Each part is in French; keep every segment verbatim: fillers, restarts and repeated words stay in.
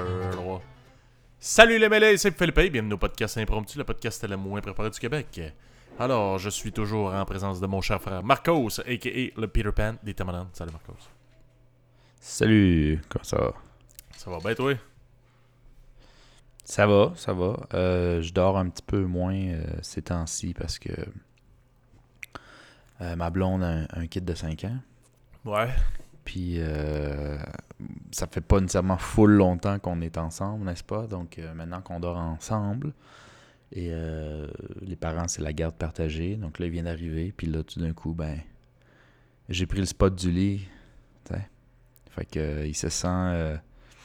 trois. Salut les mêlés, c'est Philippe, bienvenue au podcast Impromptu, le podcast le moins préparé du Québec. Alors, je suis toujours en présence de mon cher frère Marcos, a k a le Peter Pan des Tamanan. Salut Marcos. Salut, comment ça va? Ça va bien toi? Ça va, ça va. Euh, je dors un petit peu moins euh, ces temps-ci parce que euh, ma blonde a un, un kid de cinq ans. Ouais. Puis euh, ça fait pas nécessairement full longtemps qu'on est ensemble, n'est-ce pas? Donc euh, maintenant qu'on dort ensemble, et euh, les parents, c'est la garde partagée. Donc là, il vient d'arriver, puis là, tout d'un coup, ben, j'ai pris le spot du lit, tu sais. Fait que euh, il se sent... Euh,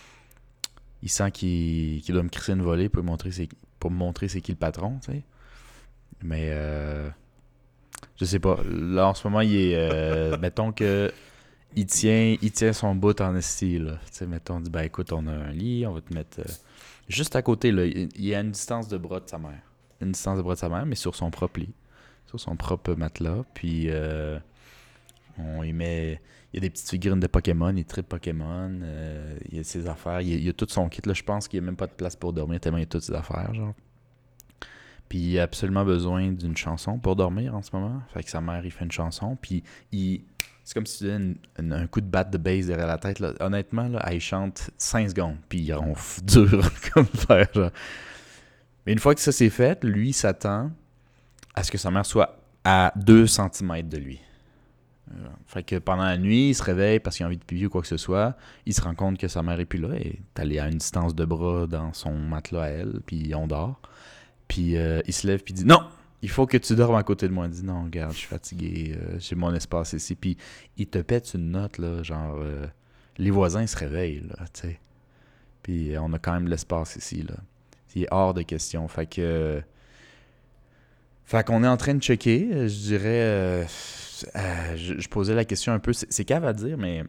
il sent qu'il, qu'il doit me crisser une volée pour me montrer c'est, pour me montrer c'est qui le patron, tu sais. Mais euh, je sais pas. Là, en ce moment, il est... Euh, mettons que il tient, il tient son bout en esti, là. Tu sais, mettons, on dit, ben écoute, on a un lit, on va te mettre... Euh, juste à côté, là, il, il y a une distance de bras de sa mère. Une distance de bras de sa mère, mais sur son propre lit. Sur son propre matelas. Puis, euh, on y met... Il y a des petites figurines de Pokémon, il tripe Pokémon, euh, il y a ses affaires, il y a, il y a tout son kit. Là, je pense qu'il n'y a même pas de place pour dormir tellement il y a toutes ses affaires, genre. Puis il a absolument besoin d'une chanson pour dormir en ce moment. Fait que sa mère, il fait une chanson, puis il... C'est comme si tu donnais une- une- un coup de batte de base derrière la tête. Là. Honnêtement, là, elle chante cinq secondes, puis il ronfle dur comme fer, genre. Mais une fois que ça c'est fait, lui, il s'attend à ce que sa mère soit à deux centimètres de lui. Euh, Fait que pendant la nuit, il se réveille parce qu'il a envie de pipi ou quoi que ce soit. Il se rend compte que sa mère est plus là. Elle est allée à une distance de bras dans son matelas à elle, puis on dort. Puis euh, il se lève puis il dit non, il faut que tu dormes à côté de moi. Il dit non, regarde, je suis fatigué, euh, j'ai mon espace ici. Puis il te pète une note, là, genre euh, les voisins se réveillent, là, tu sais. Puis euh, on a quand même l'espace ici, là. Il est hors de question. Fait que. euh, Fait qu'on est en train de checker, euh, je dirais. euh, euh, je, je posais la question un peu. C'est, c'est cave à dire, mais.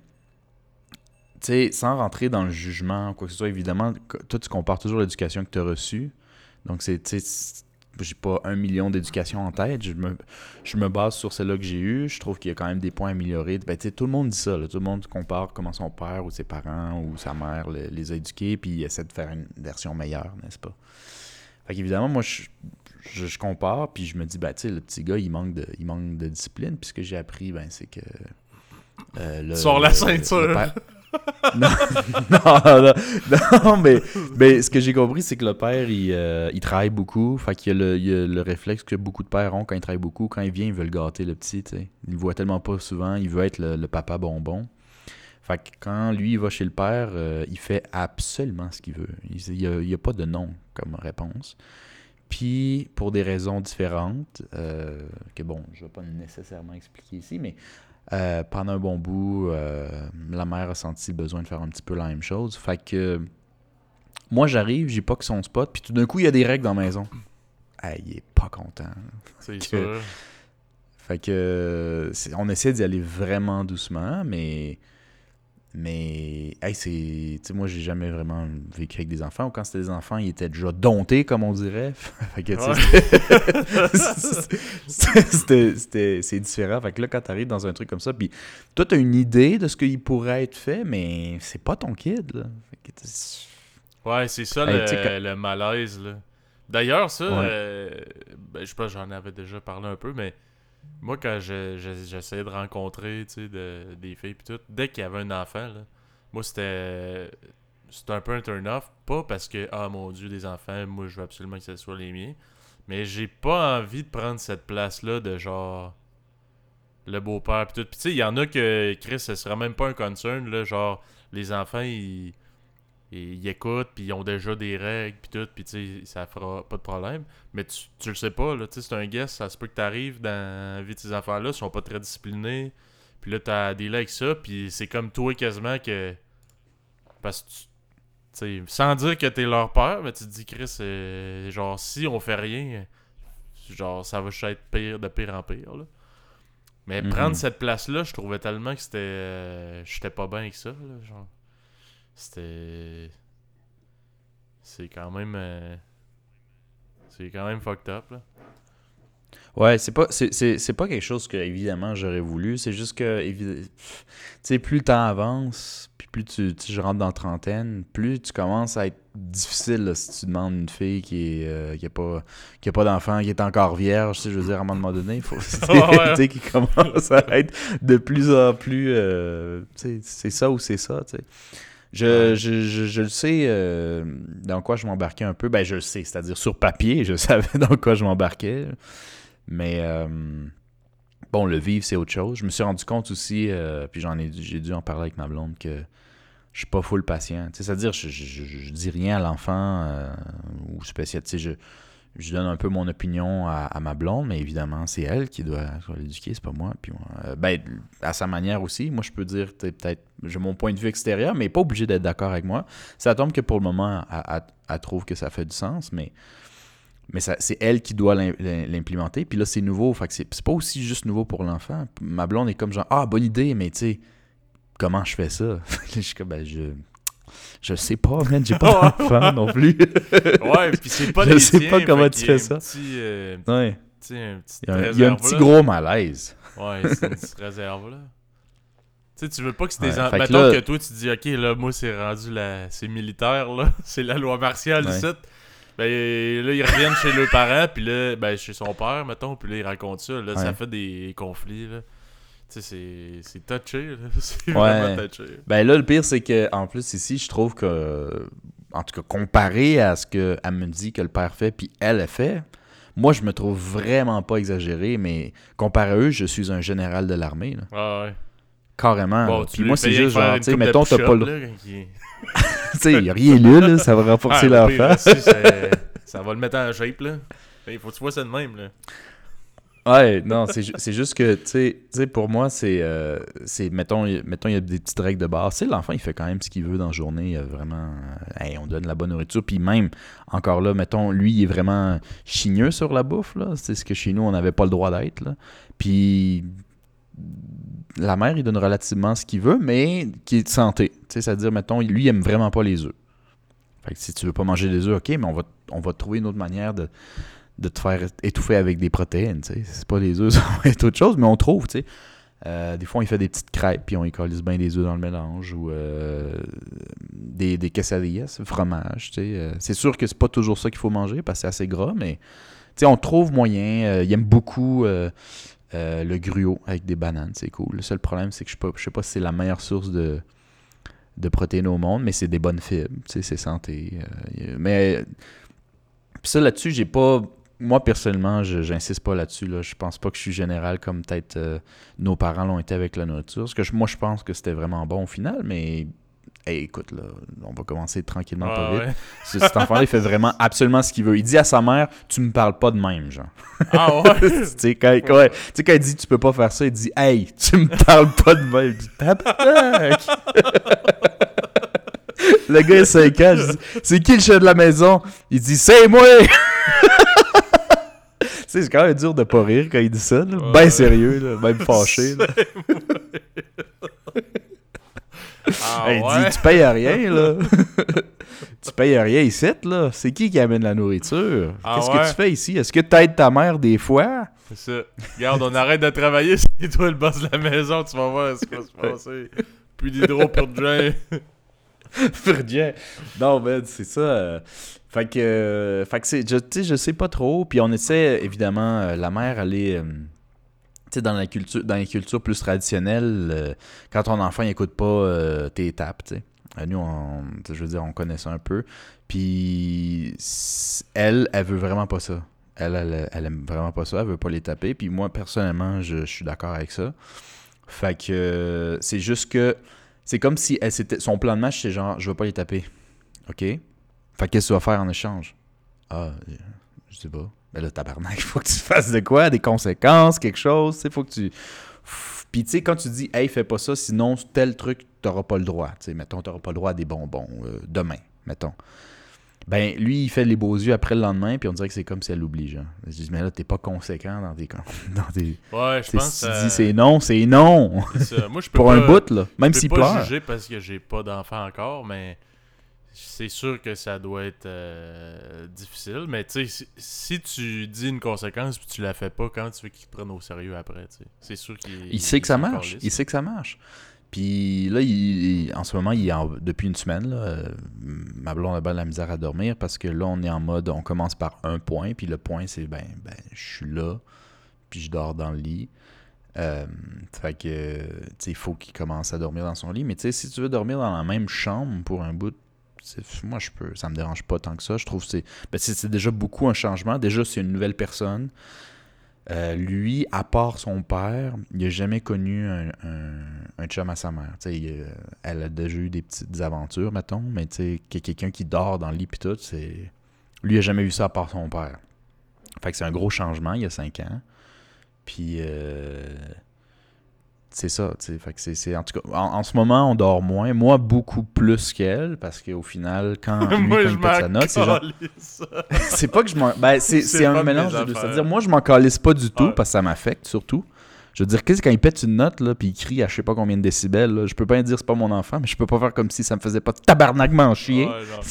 Tu sais, sans rentrer dans le jugement, quoi que ce soit, évidemment, que- toi, tu compares toujours l'éducation que tu as reçue. Donc, c'est, tu sais, c'est- j'ai pas un million d'éducation en tête. Je me, je me base sur celle-là que j'ai eue. Je trouve qu'il y a quand même des points à améliorer. Ben, tu sais, tout le monde dit ça, là. Tout le monde compare comment son père ou ses parents ou sa mère le- les a éduqués, puis il essaie de faire une version meilleure, n'est-ce pas? Fait qu'évidemment, moi, je, je, je compare, puis je me dis, ben, tu sais, le petit gars, il manque de, il manque de discipline. Puis ce que j'ai appris, ben, c'est que. euh, le, Sors la le- ceinture. le père- non, non, non, non, mais, mais ce que j'ai compris, c'est que le père, il, euh, il travaille beaucoup. Fait qu'il y a, le, il y a le réflexe que beaucoup de pères ont quand ils travaillent beaucoup. Quand il vient, ils veulent gâter le petit, tu sais. Il le voit tellement pas souvent. Il veut être le, le papa bonbon. Fait que quand lui, il va chez le père, euh, il fait absolument ce qu'il veut. Il n'y a, il y a pas de non comme réponse. Puis, pour des raisons différentes, euh, que bon, je ne vais pas nécessairement expliquer ici, mais euh, pendant un bon bout, euh, la mère a senti le besoin de faire un petit peu la même chose. Fait que moi, j'arrive, j'ai pas que son spot, puis tout d'un coup, il y a des règles dans la maison. Hey, il est pas content. C'est Que- sûr. Fait que c'est- on essaie d'y aller vraiment doucement, mais mais hey, c'est tu sais moi j'ai jamais vraiment vécu avec des enfants. Ou quand c'était des enfants, ils étaient déjà domptés comme on dirait. Fait que tu sais, c'était, c'était, c'était- c'est différent. Fait que là quand t'arrives dans un truc comme ça, puis toi t'as une idée de ce qu'il pourrait être fait, mais c'est pas ton kid là. Fait que t'es- Ouais, c'est ça Hey, tu sais, le, le malaise, là. D'ailleurs, ça, Ouais. euh, ben, je sais pas, j'en avais déjà parlé un peu, mais moi, quand je- je- j'essayais de rencontrer, tu sais, de- des filles pis tout, dès qu'il y avait un enfant, là, moi, c'était c'était un peu un turn-off. Pas parce que, ah mon Dieu, des enfants, moi, je veux absolument que ce soit les miens. Mais j'ai pas envie de prendre cette place-là de genre le beau-père pis tout. Pis tu sais, il y en a que, Chris, ce sera même pas un concern, là, genre, les enfants, ils et ils écoutent, puis ils ont déjà des règles, puis tout, puis tu sais, ça fera pas de problème. Mais tu, tu le sais pas, là, tu sais, c'est un guest, ça se peut que t'arrives dans la vie de ces enfants-là, ils sont pas très disciplinés, puis là, t'as des là avec ça, puis c'est comme toi quasiment que... Parce que, tu tu sais, sans dire que t'es leur père, mais tu te dis, Chris, euh, genre, si on fait rien, genre, ça va juste être pire, de pire en pire, là. Mais prendre Mhm. cette place-là, je trouvais tellement que c'était... euh, j'étais pas bien avec ça, là, genre... C'était... C'est quand même... euh, C'est quand même fucked up, là. Ouais, c'est pas c'est, c'est, c'est pas quelque chose que évidemment j'aurais voulu, c'est juste que évi- tu sais plus le temps avance, puis plus tu, tu je rentre dans la trentaine, plus tu commences à être difficile là, si tu demandes une fille qui est euh, qui a pas qui a pas d'enfant, qui est encore vierge, tu sais, je veux dire, à un moment donné, il faut Ouais, ouais. tu sais, qui commence à être de plus en plus euh, tu sais, c'est ça ou c'est ça, tu sais. Je, Ouais. je, je, je le sais euh, dans quoi je m'embarquais un peu. Ben, je le sais, c'est-à-dire sur papier, je savais dans quoi je m'embarquais. Mais euh, bon, le vivre, c'est autre chose. Je me suis rendu compte aussi, euh, puis j'en ai, j'ai dû en parler avec ma blonde, que je suis pas full patient. Tu sais, c'est-à-dire, je, je, je, je dis rien à l'enfant euh, ou spécial. Tu sais, je, je donne un peu mon opinion à, à ma blonde, mais évidemment, c'est elle qui doit, qui doit l'éduquer, c'est pas moi. Puis moi, euh, ben, à sa manière aussi. Moi, je peux dire, t'sais, peut-être, j'ai mon point de vue extérieur, mais pas obligé d'être d'accord avec moi. Ça tombe que pour le moment, elle, elle- elle trouve que ça fait du sens, mais, mais ça, c'est elle qui doit l'im- l'implémenter. Puis là, c'est nouveau. Fait que c'est, c'est pas aussi juste nouveau pour l'enfant. Ma blonde est comme genre, ah, bonne idée, mais tu sais, comment je fais ça? Je suis comme, ben, je. Je sais pas, man, j'ai pas d'enfant non plus. Ouais, puis c'est pas Je les sais tiens, pas comment fait tu qu'il y a fais un ça. petit, euh, Ouais. tu sais, un petit Il y a un, il y a un réserve petit là. gros malaise. Ouais, c'est une petite réserve là. Tu sais, tu veux pas que c'est des... Ouais, En... fait que Mettons là- que toi, tu dis, OK, là, moi, c'est rendu la... C'est militaire, là. C'est la loi martiale, Ouais. ici. Ben, là, ils reviennent chez leurs parents, puis là, ben, chez son père, mettons, puis là, ils racontent ça. Là, Ouais. ça fait des conflits, là. Tu sais, c'est... c'est touché, là. C'est Ouais. vraiment touché. Ben là, le pire, c'est que en plus, ici, je trouve que, en tout cas, comparé à ce qu'elle me dit que le père fait, puis elle a fait, moi, je me trouve vraiment pas exagéré, mais comparé à eux, je suis un général de l'armée, là. Ah ouais. Carrément. Bon, là. tu Puis lui moi, fais c'est rien juste faire genre, une tu sais, couple de mettons, t'as pas push-ups, le. là, quand il- Tu sais, il y a rien là, là, ça va renforcer Ah, au pire, l'enfant. aussi, c'est- ça va le mettre en shape, là. Il faut que tu vois ça de même, là. Ouais, non, c'est, ju- c'est juste que, tu sais, tu sais, pour moi, c'est, euh, c'est mettons, y- mettons, il y a des petites règles de base. Tu sais, l'enfant, il fait quand même ce qu'il veut dans la journée. Il a vraiment, euh, hey, on donne la bonne nourriture. Puis même, encore là, mettons, lui, il est vraiment chigneux sur la bouffe, là. C'est ce que chez nous, on n'avait pas le droit d'être, là. Puis la mère, il donne relativement ce qu'il veut, mais qui est de santé. Tu sais, c'est-à-dire, mettons, lui, il aime vraiment pas les œufs. Fait que si tu veux pas manger des œufs, OK, mais on va, on va trouver une autre manière de de te faire étouffer avec des protéines, tu sais. C'est pas les œufs, ça va être autre chose, mais on trouve, tu sais. Euh, des fois, on y fait des petites crêpes, puis on y colle bien des œufs dans le mélange, ou euh, des, des quesadillas, fromage, tu sais. Euh, c'est sûr que c'est pas toujours ça qu'il faut manger, parce que c'est assez gras, mais, tu sais, on trouve moyen. Euh, il aime beaucoup euh, euh, le gruau avec des bananes, c'est cool. Le seul problème, c'est que je sais pas, je sais pas si c'est la meilleure source de, de protéines au monde, mais c'est des bonnes fibres, tu sais, c'est santé. Euh, mais, puis ça, là-dessus, j'ai pas... Moi, personnellement, je, j'insiste pas là-dessus. Là. Je pense pas que je suis général comme peut-être euh, nos parents l'ont été avec la nourriture. Parce que je- moi, je pense que c'était vraiment bon au final, mais hey, écoute, là, on va commencer tranquillement, Ouais, pas vite. ouais. Ce- Cet enfant-là, il fait vraiment absolument ce qu'il veut. Il dit à sa mère, tu me parles pas de même, genre. Ah ouais? tu sais, quand, ouais, tu sais, quand il dit, tu peux pas faire ça, il dit, hey, tu me parles pas de même. Je dis, tabarnak! Le gars, il a cinq ans, je dis, c'est qui le chef de la maison? Il dit, c'est moi! Tu sais, c'est quand même dur de pas rire quand il dit ça, là. Ouais. Ben sérieux, là, même fâché. Là. Ah Hey, il ouais? dit, tu payes à rien, là. Tu payes à rien ici, là. C'est qui qui amène la nourriture? Ah Qu'est-ce ouais? que tu fais ici? Est-ce que t'aides ta mère des fois? C'est ça. Regarde, on arrête de travailler, c'est toi le boss de la maison, tu vas voir ce qui va se passer. Plus d'hydro pour de Ferdien. Non, ben, c'est ça. euh, Fait que, euh, fait que c'est, je, tu sais, je sais pas trop. Puis on essaie, évidemment, euh, la mère, elle est, euh, tu sais, dans la culture, dans les cultures plus traditionnelles, euh, quand ton enfant n'écoute pas euh, tes étapes, tu sais. Euh, Nous, on, tu sais, je veux dire, on connaît ça un peu. Puis s- elle, elle veut vraiment pas ça. Elle, elle, elle aime vraiment pas ça. Elle veut pas les taper. Puis moi, personnellement, je, je suis d'accord avec ça. Fait que euh, c'est juste que c'est comme si elle, c'était, son plan de match, c'est genre, je veux pas les taper. OK? Fait que qu'est-ce que tu vas faire en échange? Ah, euh, je sais pas. Ben là, tabarnak, il faut que tu fasses de quoi? Des conséquences, quelque chose. Il faut que tu... Puis tu sais, quand tu dis, hey, fais pas ça, sinon tel truc, t'auras pas le droit. Tu sais, mettons, t'auras pas le droit à des bonbons euh, demain, mettons. Ben, lui, il fait les beaux yeux après le lendemain, puis on dirait que c'est comme si elle l'oblige. Hein. Je dis, mais là, t'es pas conséquent dans tes... Dans tes... Ouais, je T'sais, pense si que tu dis c'est non, c'est non. c'est ça. Moi, je peux Pour pas, un bout, là. Même je peux s'il pas pleure. juger parce que j'ai pas d'enfant encore, mais c'est sûr que ça doit être euh, difficile. Mais tu sais, si, si tu dis une conséquence puis tu la fais pas, quand tu veux qu'il te prenne au sérieux après, tu sais, c'est sûr qu'il Il sait que ça s'en marche. calisse. Il sait que ça marche. Puis là, il, il- en ce moment, il est en- depuis une semaine, là, euh, ma blonde a bien de la misère à dormir parce que là, on est en mode, on commence par un point, puis le point, c'est, ben, ben je suis là, puis je dors dans le lit. Euh, fait que, tu sais, il faut qu'il commence à dormir dans son lit. Mais tu sais, si tu veux dormir dans la même chambre pour un bout, c'est- moi, je peux, ça me dérange pas tant que ça. Je trouve que c'est, ben, c'est, c'est déjà beaucoup un changement. Déjà, c'est une nouvelle personne. Euh, lui, à part son père, il n'a jamais connu un, un, un chum à sa mère. Tu sais, il, euh, elle a déjà eu des petites aventures, mettons, mais tu sais, qu'il y a quelqu'un qui dort dans le lit pis tout, c'est... Lui, il n'a jamais vu ça à part son père. Fait que c'est un gros changement, il y a cinq ans. Puis, euh, c'est ça, tu sais. Fait que c'est, c'est... En tout cas, en, en ce moment, on dort moins. Moi, beaucoup plus qu'elle, parce qu'au final, quand lui, Moi, quand je il pète sa note, c'est genre... calisse. C'est pas que je m'en... Ben, c'est, C'est c'est un pas de mes mélange de deux. affaires. C'est-à-dire, moi, je m'en calisse pas du tout, Ouais. parce que ça m'affecte, surtout. Je veux dire, qu'est-ce que quand il pète une note, là, puis il crie à je sais pas combien de décibels, là, je peux pas dire c'est pas mon enfant, mais je peux pas faire comme si ça me faisait pas tabarnak m'en chier. Ouais, genre.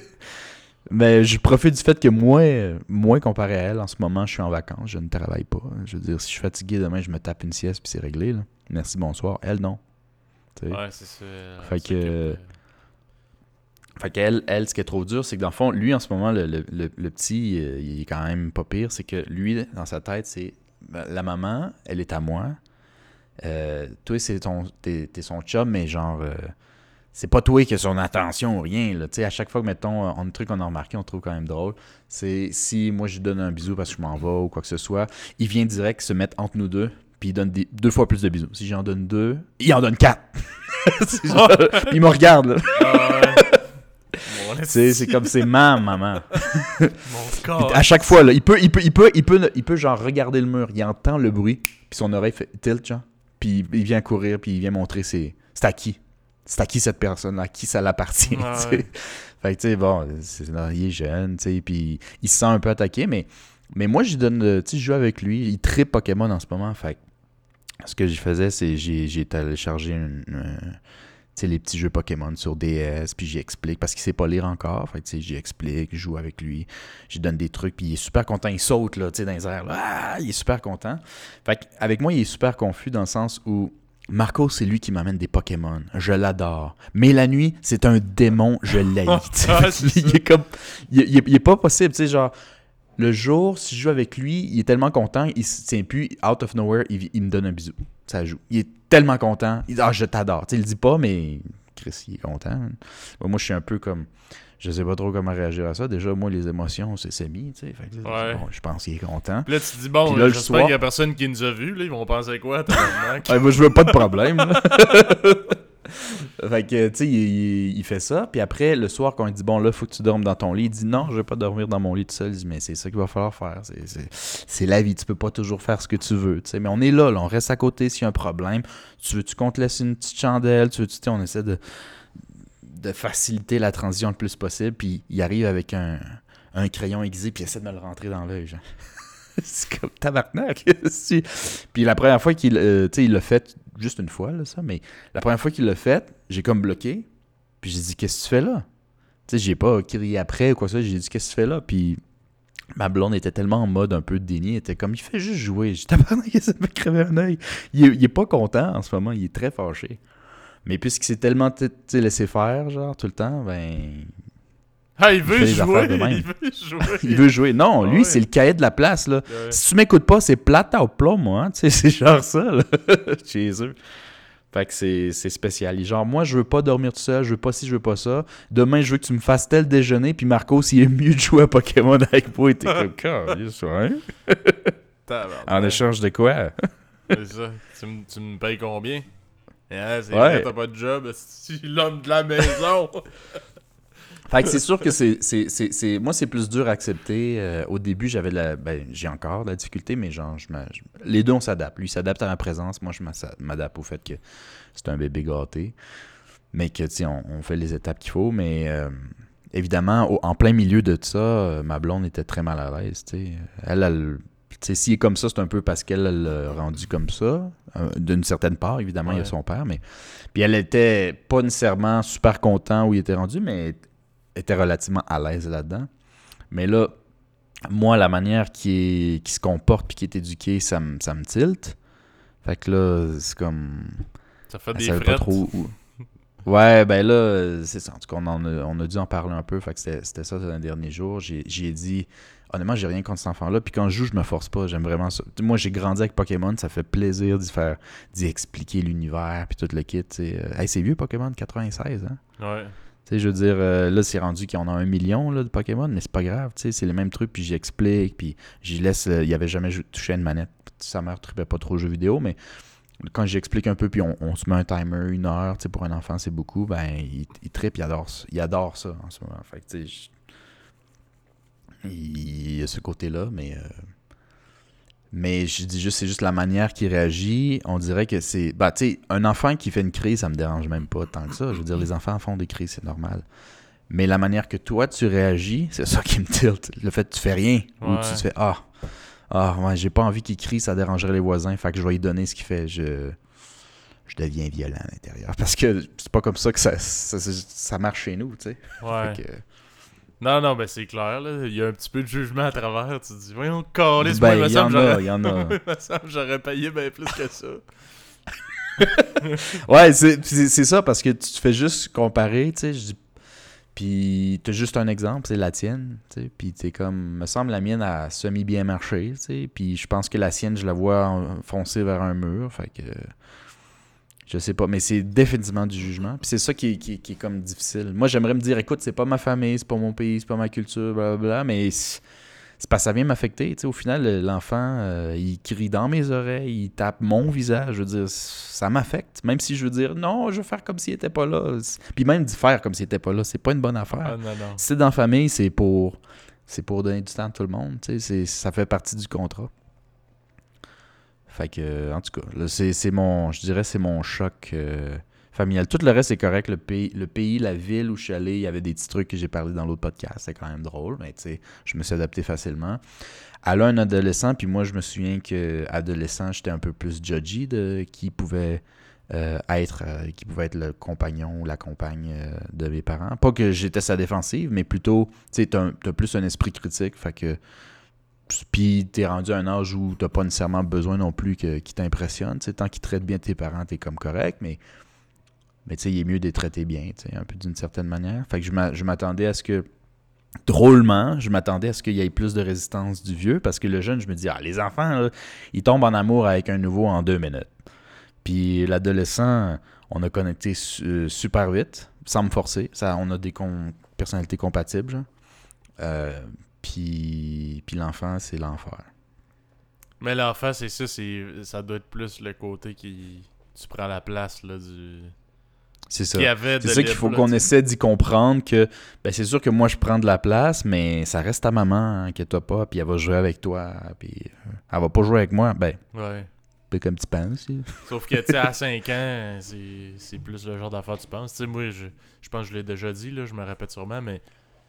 Mais je profite du fait que moi, euh, moi, comparé à elle, en ce moment, je suis en vacances, je ne travaille pas. Je veux dire, si je suis fatigué demain, je me tape une sieste, puis c'est réglé, là. Merci, bonsoir. Elle, non. Tu sais. Ouais, c'est ça. Fait c'est que- Fait qu'elle, elle, ce qui est trop dur, c'est que dans le fond, lui, en ce moment, le, le, le- le petit, euh, il est quand même pas pire. C'est que lui, dans sa tête, c'est ben, la maman, elle est à moi. Euh, toi, c'est ton, t'es, t'es son chum, mais genre, euh, c'est pas toi qui as son attention ou rien. Là. Tu sais, à chaque fois que, mettons, un truc qu'on a remarqué, on trouve quand même drôle, c'est si moi je lui donne un bisou parce que je m'en vais ou quoi que ce soit, il vient direct se mettre entre nous deux, puis il donne des- deux fois plus de bisous. Si j'en donne deux, il en donne quatre. C'est genre- puis il me regarde, là. Ah ouais. Mon Tu sais, c'est comme c'est ma maman. Mon Puis corps. à chaque fois, là, il peut, il peut, il peut, il peut, il peut genre regarder le mur, il entend le bruit, puis son oreille fait tilt, genre. Puis il vient courir, puis il vient montrer c'est, c'est à qui. C'est à qui cette personne-là, à qui ça l'appartient. Ouais, tu sais. ouais. Fait que tu sais, bon, c'est, non, il est jeune, tu sais, puis il se sent un peu attaqué, mais, mais moi, je lui donne, le- tu sais, je joue avec lui, il trippe Pokémon en ce moment, fait que ce que je faisais, c'est j'ai, j'ai téléchargé une, une- tu sais, les petits jeux Pokémon sur D S, puis j'y explique, parce qu'il sait pas lire encore, fait que tu sais, j'y explique, je joue avec lui, je lui donne des trucs, puis il est super content, il saute, là, tu sais, dans les airs, là, ah, il est super content. Fait qu'avec moi, il est super confus dans le sens où Marco, c'est lui qui m'amène des Pokémon, je l'adore. Mais la nuit, c'est un démon, je l'haïs. tu sais. Ah, Fait c'est qu'il- il ça. est comme, il, il est- il est pas possible, tu sais, genre, le jour, si je joue avec lui, il est tellement content, il se tient plus, out of nowhere, il, il me donne un bisou. Ça joue. Il est tellement content. Il dit, ah, je t'adore. Tu sais, il le dit pas, mais Chris, il est content. Moi, je suis un peu comme, je sais pas trop comment réagir à ça. Déjà, moi, les émotions, c'est semi, tu sais. Fait que là, Ouais. bon, je pense qu'il est content. Puis là, tu te dis, bon, Puis là, le j'espère soir- qu'il y a personne qui nous a vus, là. Ils vont penser quoi, tabarnak? Ouais, moi, je veux pas de problème. là. Fait que, tu sais, il, il- il fait ça. Puis après, le soir, quand il dit, bon, là, faut que tu dormes dans ton lit, il dit, non, je vais pas dormir dans mon lit tout seul. Je dis, mais c'est ça qu'il va falloir faire. C'est, c'est, c'est la vie. Tu peux pas toujours faire ce que tu veux. Tu sais, mais on est là, là. On reste à côté s'il y a un problème. Tu veux-tu qu'on te laisse une petite chandelle? Tu veux-tu, tu sais, on essaie de, de faciliter la transition le plus possible. Puis il arrive avec un, un crayon aiguisé, puis il essaie de me le rentrer dans l'œil, genre. C'est comme tabarnak. Si. Puis la première fois qu'il euh, tu sais, il l'a fait, juste une fois, là, ça, mais la première fois qu'il l'a fait, j'ai comme bloqué. Puis j'ai dit, qu'est-ce que tu fais là? Tu sais, j'ai pas crié après ou quoi que ça. J'ai dit, qu'est-ce que tu fais là? Puis ma blonde était tellement en mode un peu de déni. Elle était comme, il fait juste jouer. J'ai dit, tabarnak, il essaie de me crever un œil. Il est, il est pas content en ce moment. Il est très fâché. Mais puisqu'il s'est tellement tu sais, laissé faire, genre, tout le temps, ben. Ah, il veut fait les jouer. affaires de même. Il veut jouer. Il veut jouer. Non, Ah lui, ouais. c'est le cahier de la place, là. Ouais. Si tu m'écoutes pas, c'est plate au plat, moi. Hein? Tu sais, c'est genre ça, là, chez eux. Fait que c'est, c'est spécial. Il est genre, moi, je veux pas dormir tout seul, je veux pas ci, je veux pas ça. Demain, je veux que tu me fasses tel déjeuner, puis Marco, s'il est mieux de jouer à Pokémon avec moi, t'es comme, calisse, ouais. Tabarnak. En échange de quoi? C'est ça. Tu, me- tu me payes combien? Ah, c'est Ouais. vrai, t'as pas de job, c'est l'homme de la maison. Fait que c'est sûr que c'est, c'est, c'est, c'est- moi, c'est plus dur à accepter. Euh, au début, j'avais de la, ben, j'ai encore de la difficulté, mais genre, je m'a- je- les deux, on s'adapte. Lui, il s'adapte à ma présence. Moi, je m'assa- m'adapte au fait que c'est un bébé gâté. Mais que, tu sais, on, on fait les étapes qu'il faut. Mais euh, évidemment, au- en plein milieu de ça, euh, ma blonde était très mal à l'aise, tu sais. Elle, elle tu sais, s'il est comme ça, c'est un peu parce qu'elle elle l'a rendu comme ça. Euh, d'une certaine part, évidemment, il y a Ouais. son père, mais... Puis elle était pas nécessairement super content où il était rendu, mais était relativement à l'aise là-dedans. Mais là, moi, la manière qu'il, est- qu'il se comporte puis qu'il est éduqué, ça me, ça me tilte. Fait que là, c'est comme... Ça fait Elle des savait pas frettes. trop où. Ouais, ben là, euh, c'est ça. En tout cas, on, en a, on a dû en parler un peu. Fait que c'était, c'était ça dans les derniers jours. J'ai, j'ai dit, honnêtement, j'ai rien contre cet enfant-là. Puis quand je joue, je me force pas. J'aime vraiment ça. Moi, j'ai grandi avec Pokémon. Ça fait plaisir d'y faire, d'y expliquer l'univers. Puis tout le kit. T'sais. Hey, c'est vieux Pokémon, quatre-vingt-seize, hein? Ouais. Tu sais, je veux dire, euh, là, c'est rendu qu'on a un million là, de Pokémon, mais c'est pas grave, tu sais, c'est les mêmes trucs, puis j'explique, puis j'y laisse, euh, il avait jamais jou- touché à une manette. Sa mère trippait pas trop aux jeux vidéo, mais quand j'explique un peu, puis on, on se met un timer, une heure, tu sais, pour un enfant, c'est beaucoup, ben, il, il trippe, il adore, ça- il adore ça en ce moment. Fait que, tu sais, je- il y a ce côté-là, mais... euh, mais je dis juste, c'est juste la manière qu'il réagit. On dirait que c'est... Bah, tu sais, un enfant qui fait une crise, ça me dérange même pas tant que ça. Je veux dire, les enfants font des crises, c'est normal. Mais la manière que toi, tu réagis, c'est ça qui me tilte. Le fait que tu fais rien. Ou Ouais. tu te fais, ah, ah, ouais, j'ai pas envie qu'il crie, ça dérangerait les voisins. Fait que je vais lui donner ce qu'il fait. Je, je deviens violent à l'intérieur. Parce que c'est pas comme ça que ça, ça, ça, ça marche chez nous, tu sais. Ouais. Fait que... Non, non, ben c'est clair, là. Il y a un petit peu de jugement à travers. Tu te dis, voyons, calisse, moi, Ben, il me il y semble en que a, j'aurais... il y en a. il me semble que j'aurais payé bien plus que ça. Ouais, c'est, c'est, c'est ça, parce que tu te fais juste comparer, tu sais. Je dis, puis t'as juste un exemple, c'est la tienne, tu sais. Puis t'es comme, me semble la mienne a semi bien marché, tu sais. Puis je pense que la sienne, je la vois en- foncer vers un mur, fait que je sais pas, mais c'est définitivement du jugement. Puis c'est ça qui est, qui, est- qui est comme difficile. Moi, j'aimerais me dire, écoute, c'est pas ma famille, c'est pas mon pays, c'est pas ma culture, blablabla, mais c'est, c'est parce que ça vient m'affecter, tu sais. Au final, l'enfant, euh, il crie dans mes oreilles, il tape mon visage, je veux dire, ça m'affecte. Même si je veux dire, non, je veux faire comme s'il était pas là. Puis même d'y faire comme s'il était pas là, c'est pas une bonne affaire. Ah, non, non. Si c'est dans la famille, c'est pour c'est pour donner du temps à tout le monde. Tu sais, c'est- ça fait partie du contrat. Fait que, euh, en tout cas, là, c'est, c'est mon, je dirais, c'est mon choc euh, familial. Tout le reste, c'est correct. Le pays, le pays, la ville où je suis allé, il y avait des petits trucs que j'ai parlé dans l'autre podcast. C'est quand même drôle, mais tu sais, je me suis adapté facilement. Elle a un adolescent, puis moi, je me souviens qu'adolescent, j'étais un peu plus judgy de qui pouvait euh, être euh, qui pouvait être le compagnon ou la compagne euh, de mes parents. Pas que j'étais sa défensive, mais plutôt, tu sais, t'as, t'as plus un esprit critique, fait que puis t'es rendu à un âge où t'as pas nécessairement besoin non plus que, qu'il t'impressionne. T'sais, tant qu'ils traitent bien tes parents, t'es comme correct, mais, mais t'sais, il est mieux de les traiter bien, t'sais, un peu d'une certaine manière. Fait que je, m'a, je m'attendais à ce que, drôlement, je m'attendais à ce qu'il y ait plus de résistance du vieux, parce que le jeune, je me dis, ah, les enfants, là, ils tombent en amour avec un nouveau en deux minutes. Puis l'adolescent, on a connecté su- super vite, sans me forcer. Ça, on a des con- personnalités compatibles, genre. Euh, Puis, puis l'enfant, c'est l'enfer. Mais l'enfant, c'est ça, c'est ça doit être plus le côté qui... Tu prends la place, là, du... C'est ça. Qu'il y avait de C'est ça qu'il libre, faut là, qu'on tu sais. essaie d'y comprendre que ben c'est sûr que moi je prends de la place, mais ça reste ta maman, inquiète-toi pas, puis elle va jouer avec toi, puis euh, elle va pas jouer avec moi, ben, Ouais. peu comme tu penses. Sauf que, tu sais, à cinq ans, c'est, c'est plus le genre d'affaire que tu penses. Tu sais, moi, je, je pense que je l'ai déjà dit, là, je me répète sûrement, mais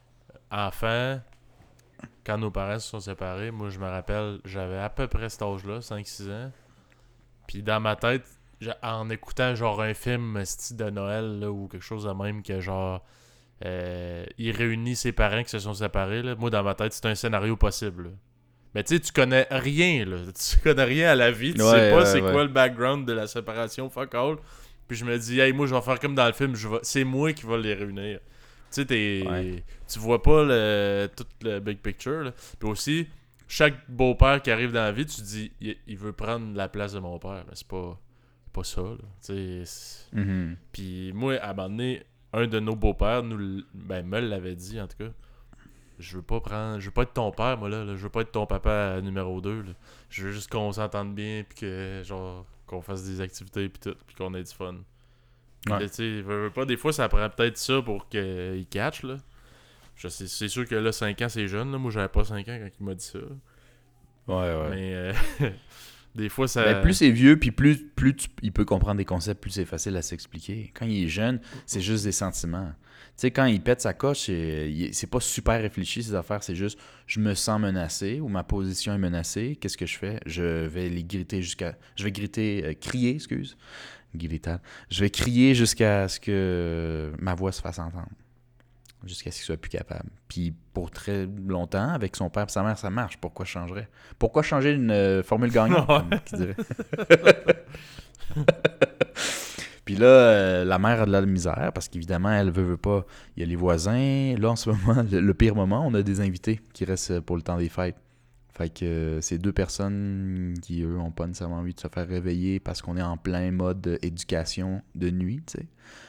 enfant, quand nos parents se sont séparés, moi, je me rappelle, j'avais à peu près cet âge-là, cinq six ans. Puis dans ma tête, j'a- en écoutant genre un film style de Noël là, ou quelque chose de même que genre euh, il réunit ses parents qui se sont séparés, là. Moi, dans ma tête, c'est un scénario possible, là. Mais tu sais, tu connais rien, là. Tu connais rien à la vie. Tu Ouais, sais pas ouais, c'est ouais. quoi le background de la séparation, fuck all. Puis je me dis, hey, moi, je vais faire comme dans le film, je vais... c'est moi qui vais les réunir. Tu sais, t'es... Ouais. tu vois pas le... tout le big picture, là. Puis aussi, chaque beau-père qui arrive dans la vie, tu te dis, il, il veut prendre la place de mon père. Mais c'est pas, c'est pas ça, là. Tu sais, c'est- Mhm. puis moi, à un moment donné, un de nos beaux-pères nous l- ben, me l'avait dit, en tout cas. Je veux pas prendre. Je veux pas être ton père, moi, là. là. Je veux pas être ton papa numéro deux. Là. Je veux juste qu'on s'entende bien, puis que, genre, qu'on fasse des activités, puis tout, puis qu'on ait du fun. Puis Ouais. là, tu sais, veux, veux pas, des fois, ça prend peut-être ça pour qu'il catch, là. Je sais, c'est sûr que là, cinq ans, c'est jeune, là. Moi, j'avais pas cinq ans quand il m'a dit ça. Ouais, ouais. Mais, euh, des fois, ça. Ben, plus c'est vieux, puis plus, plus tu- il peut comprendre des concepts, plus c'est facile à s'expliquer. Quand il est jeune, c'est juste des sentiments. Tu sais, quand il pète sa coche, c'est, il- c'est pas super réfléchi, ces affaires. C'est juste, je me sens menacé ou ma position est menacée. Qu'est-ce que je fais? Je vais les griter jusqu'à... Je vais griter, euh, crier, excuse. Guilletade. Je vais crier jusqu'à ce que ma voix se fasse entendre. Jusqu'à ce qu'il soit plus capable. Puis pour très longtemps, avec son père et sa mère, ça marche. Pourquoi je changerais? Pourquoi changer une euh, formule gagnante, Ouais. comme qui dirait? Puis là, euh, la mère a de la misère parce qu'évidemment, elle veut, veut pas. Il y a les voisins. Là, en ce moment, le, le pire moment, on a des invités qui restent pour le temps des fêtes. Fait que euh, c'est deux personnes qui, eux, ont pas nécessairement envie de se faire réveiller parce qu'on est en plein mode éducation de nuit, tu sais.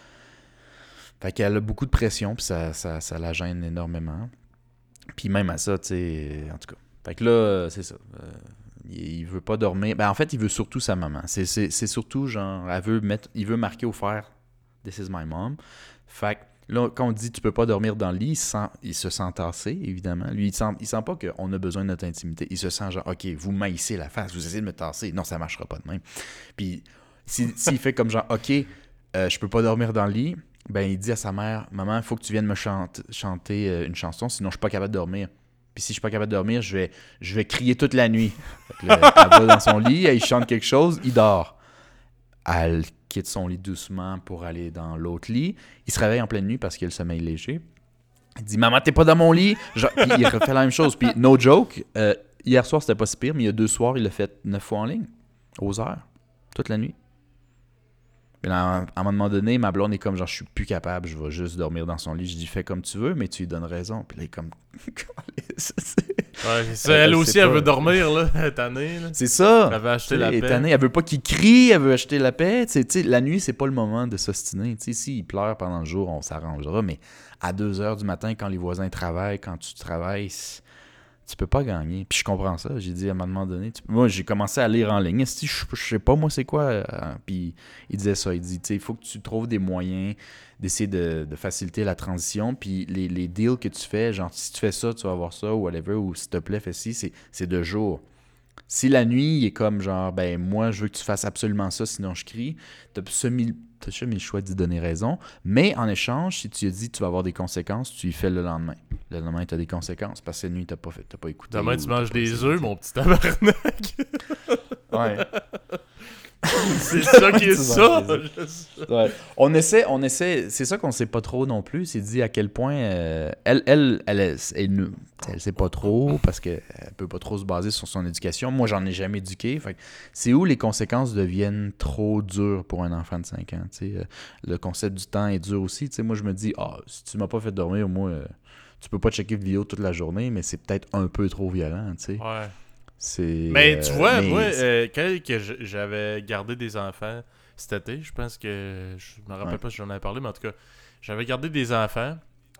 Fait qu'elle a beaucoup de pression, puis ça, ça, ça la gêne énormément. Puis même à ça, tu sais, en tout cas. Fait que là, c'est ça. Euh, il, il veut pas dormir. Ben, en fait, il veut surtout sa maman. C'est, c'est, c'est surtout, genre, elle veut mettre, il veut marquer au fer « This is my mom ». Fait que là, quand on dit « tu peux pas dormir dans le lit », il, sent, il se sent tassé, évidemment. Lui, il sent, il sent pas qu'on a besoin de notre intimité. Il se sent genre « OK, vous maïssez la face, vous essayez de me tasser. Non, ça marchera pas de même. » Puis s'il si, si fait comme genre « OK, euh, je peux pas dormir dans le lit », ben il dit à sa mère « Maman, il faut que tu viennes me chante, chanter une chanson, sinon je suis pas capable de dormir. Puis si je suis pas capable de dormir, je vais, je vais crier toute la nuit. » Fait que là, elle va dans son lit, elle chante quelque chose, il dort. Elle quitte son lit doucement pour aller dans l'autre lit. Il se réveille en pleine nuit parce qu'il a le sommeil léger. Il dit « Maman, t'es pas dans mon lit! » Genre, puis il refait la même chose. Puis no joke, euh, hier soir, c'était pas si pire, mais il y a deux soirs, il l'a fait neuf fois en ligne, aux heures, toute la nuit. Puis là, à un moment donné, ma blonde est comme genre, je suis plus capable, je vais juste dormir dans son lit. Je dis, fais comme tu veux, mais tu lui donnes raison. Puis là, il est comme. Ouais, c'est ça. Elle, elle aussi, elle pas. veut dormir, là, elle est tannée. Là. C'est ça. Elle veut acheter la paix. Elle, elle veut pas qu'il crie, elle veut acheter la paix. Tu sais, la nuit, c'est pas le moment de s'ostiner. Tu sais, s'il pleure pendant le jour, on s'arrangera. Mais à deux heures du matin, quand les voisins travaillent, quand tu travailles, tu peux pas gagner. Puis je comprends ça. J'ai dit à un moment donné, tu... moi j'ai commencé à lire en ligne. Je, je sais pas moi c'est quoi. Euh, puis il disait ça. Il dit, tu sais, il faut que tu trouves des moyens d'essayer de, de faciliter la transition. Puis les, les deals que tu fais, genre si tu fais ça, tu vas avoir ça ou whatever, ou s'il te plaît, fais ci, c'est, c'est de jour. Si la nuit, il est comme genre, ben moi je veux que tu fasses absolument ça, sinon je crie, t'as semi T'as jamais le choix d'y donner raison. Mais en échange, si tu lui dis que tu vas avoir des conséquences, tu y fais le lendemain. Le lendemain, tu as des conséquences parce que cette nuit, tu n'as pas fait, t'as pas écouté. Demain, tu manges des œufs, mon petit tabarnak. Ouais. C'est ça qui est ça. Ouais. On essaie, on essaie, c'est ça qu'on ne sait pas trop non plus. C'est dit à quel point euh, elle, elle, elle, elle, elle, elle, elle sait pas trop parce qu'elle ne peut pas trop se baser sur son éducation. Moi, j'en ai jamais éduqué. Fait que c'est où les conséquences deviennent trop dures pour un enfant de cinq ans. T'sais. Le concept du temps est dur aussi. T'sais, moi, je me dis, ah, si tu m'as pas fait dormir, moi, euh, tu peux pas checker de vidéo toute la journée, mais c'est peut-être un peu trop violent. T'sais. Ouais. C'est, mais tu vois, euh, mais moi, euh, quand que j'avais gardé des enfants cet été, je pense que, je me rappelle ouais. pas si j'en avais parlé, mais en tout cas, j'avais gardé des enfants.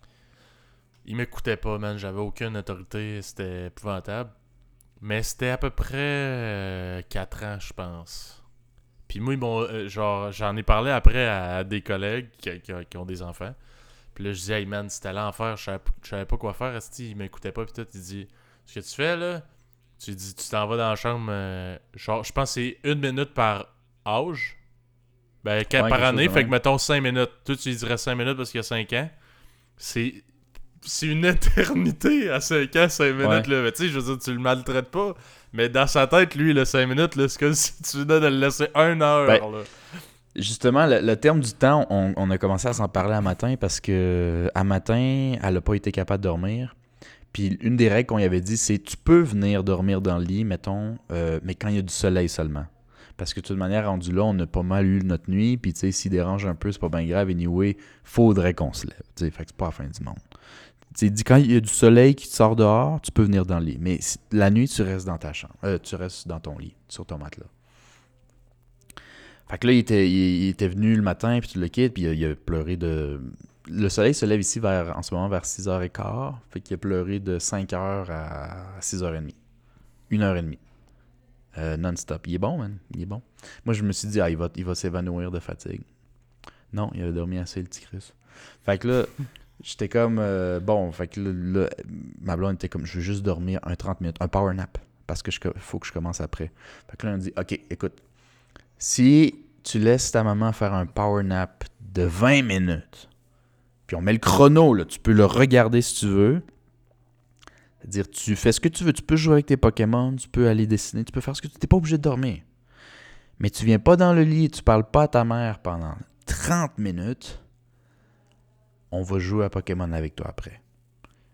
Ils m'écoutaient pas, man. J'avais aucune autorité. C'était épouvantable. Mais c'était à peu près euh, quatre ans, je pense. Puis moi, bon, euh, genre, j'en ai parlé après à, à des collègues qui, qui, qui ont des enfants. Puis là, je disais, hey man, c'était l'enfer. Je savais, je savais pas quoi faire. Esti, ils m'écoutaient pas. Puis tout, il dit, ce que tu fais là, tu dis, tu t'en vas dans la chambre, euh, genre, je pense que c'est une minute par âge. Ben, ouais, par année, fait que mettons cinq minutes. Toi, tu lui dirais cinq minutes parce qu'il y a cinq ans. C'est, c'est une éternité à cinq ans, cinq minutes, ouais. Là. Mais tu sais, je veux dire, tu le maltraites pas. Mais dans sa tête, lui, le cinq minutes, là, c'est comme si tu venais de le laisser une heure, ben, là. Justement, le, le terme du temps, on, on a commencé à s'en parler à matin parce que à matin, elle n'a pas été capable de dormir. Puis une des règles qu'on y avait dit, c'est tu peux venir dormir dans le lit, mettons, euh, mais quand il y a du soleil seulement. Parce que de toute manière, rendu là, on a pas mal eu notre nuit, puis tu sais, s'il dérange un peu, c'est pas bien grave, anyway, faudrait qu'on se lève. Tu sais, fait que c'est pas la fin du monde. Tu sais, dit quand il y a du soleil qui te sort dehors, tu peux venir dans le lit. Mais la nuit, tu restes dans ta chambre. Euh, tu restes dans ton lit, sur ton matelas. Fait que là, il était, il, il était venu le matin, puis tu le quittes, puis il a, il a pleuré de... Le soleil se lève ici vers, en ce moment vers six heures quinze. Fait qu'il a pleuré de cinq heures à six heures trente. Une heure et demie. Euh, non-stop. Il est bon, man. Il est bon. Moi, je me suis dit, ah, il va, il va s'évanouir de fatigue. Non, il avait dormi assez, le petit Chris. Fait que là, j'étais comme, euh, bon, fait que là, là, ma blonde était comme, je veux juste dormir un trente minutes, un power nap, parce que je, faut que je commence après. Fait que là, on dit, OK, écoute, si tu laisses ta maman faire un power nap de vingt minutes, puis on met le chrono, là, tu peux le regarder si tu veux. C'est-à-dire, tu fais ce que tu veux. Tu peux jouer avec tes Pokémon, tu peux aller dessiner, tu peux faire ce que tu veux. Tu n'es pas obligé de dormir. Mais tu viens pas dans le lit, tu parles pas à ta mère pendant trente minutes. On va jouer à Pokémon avec toi après.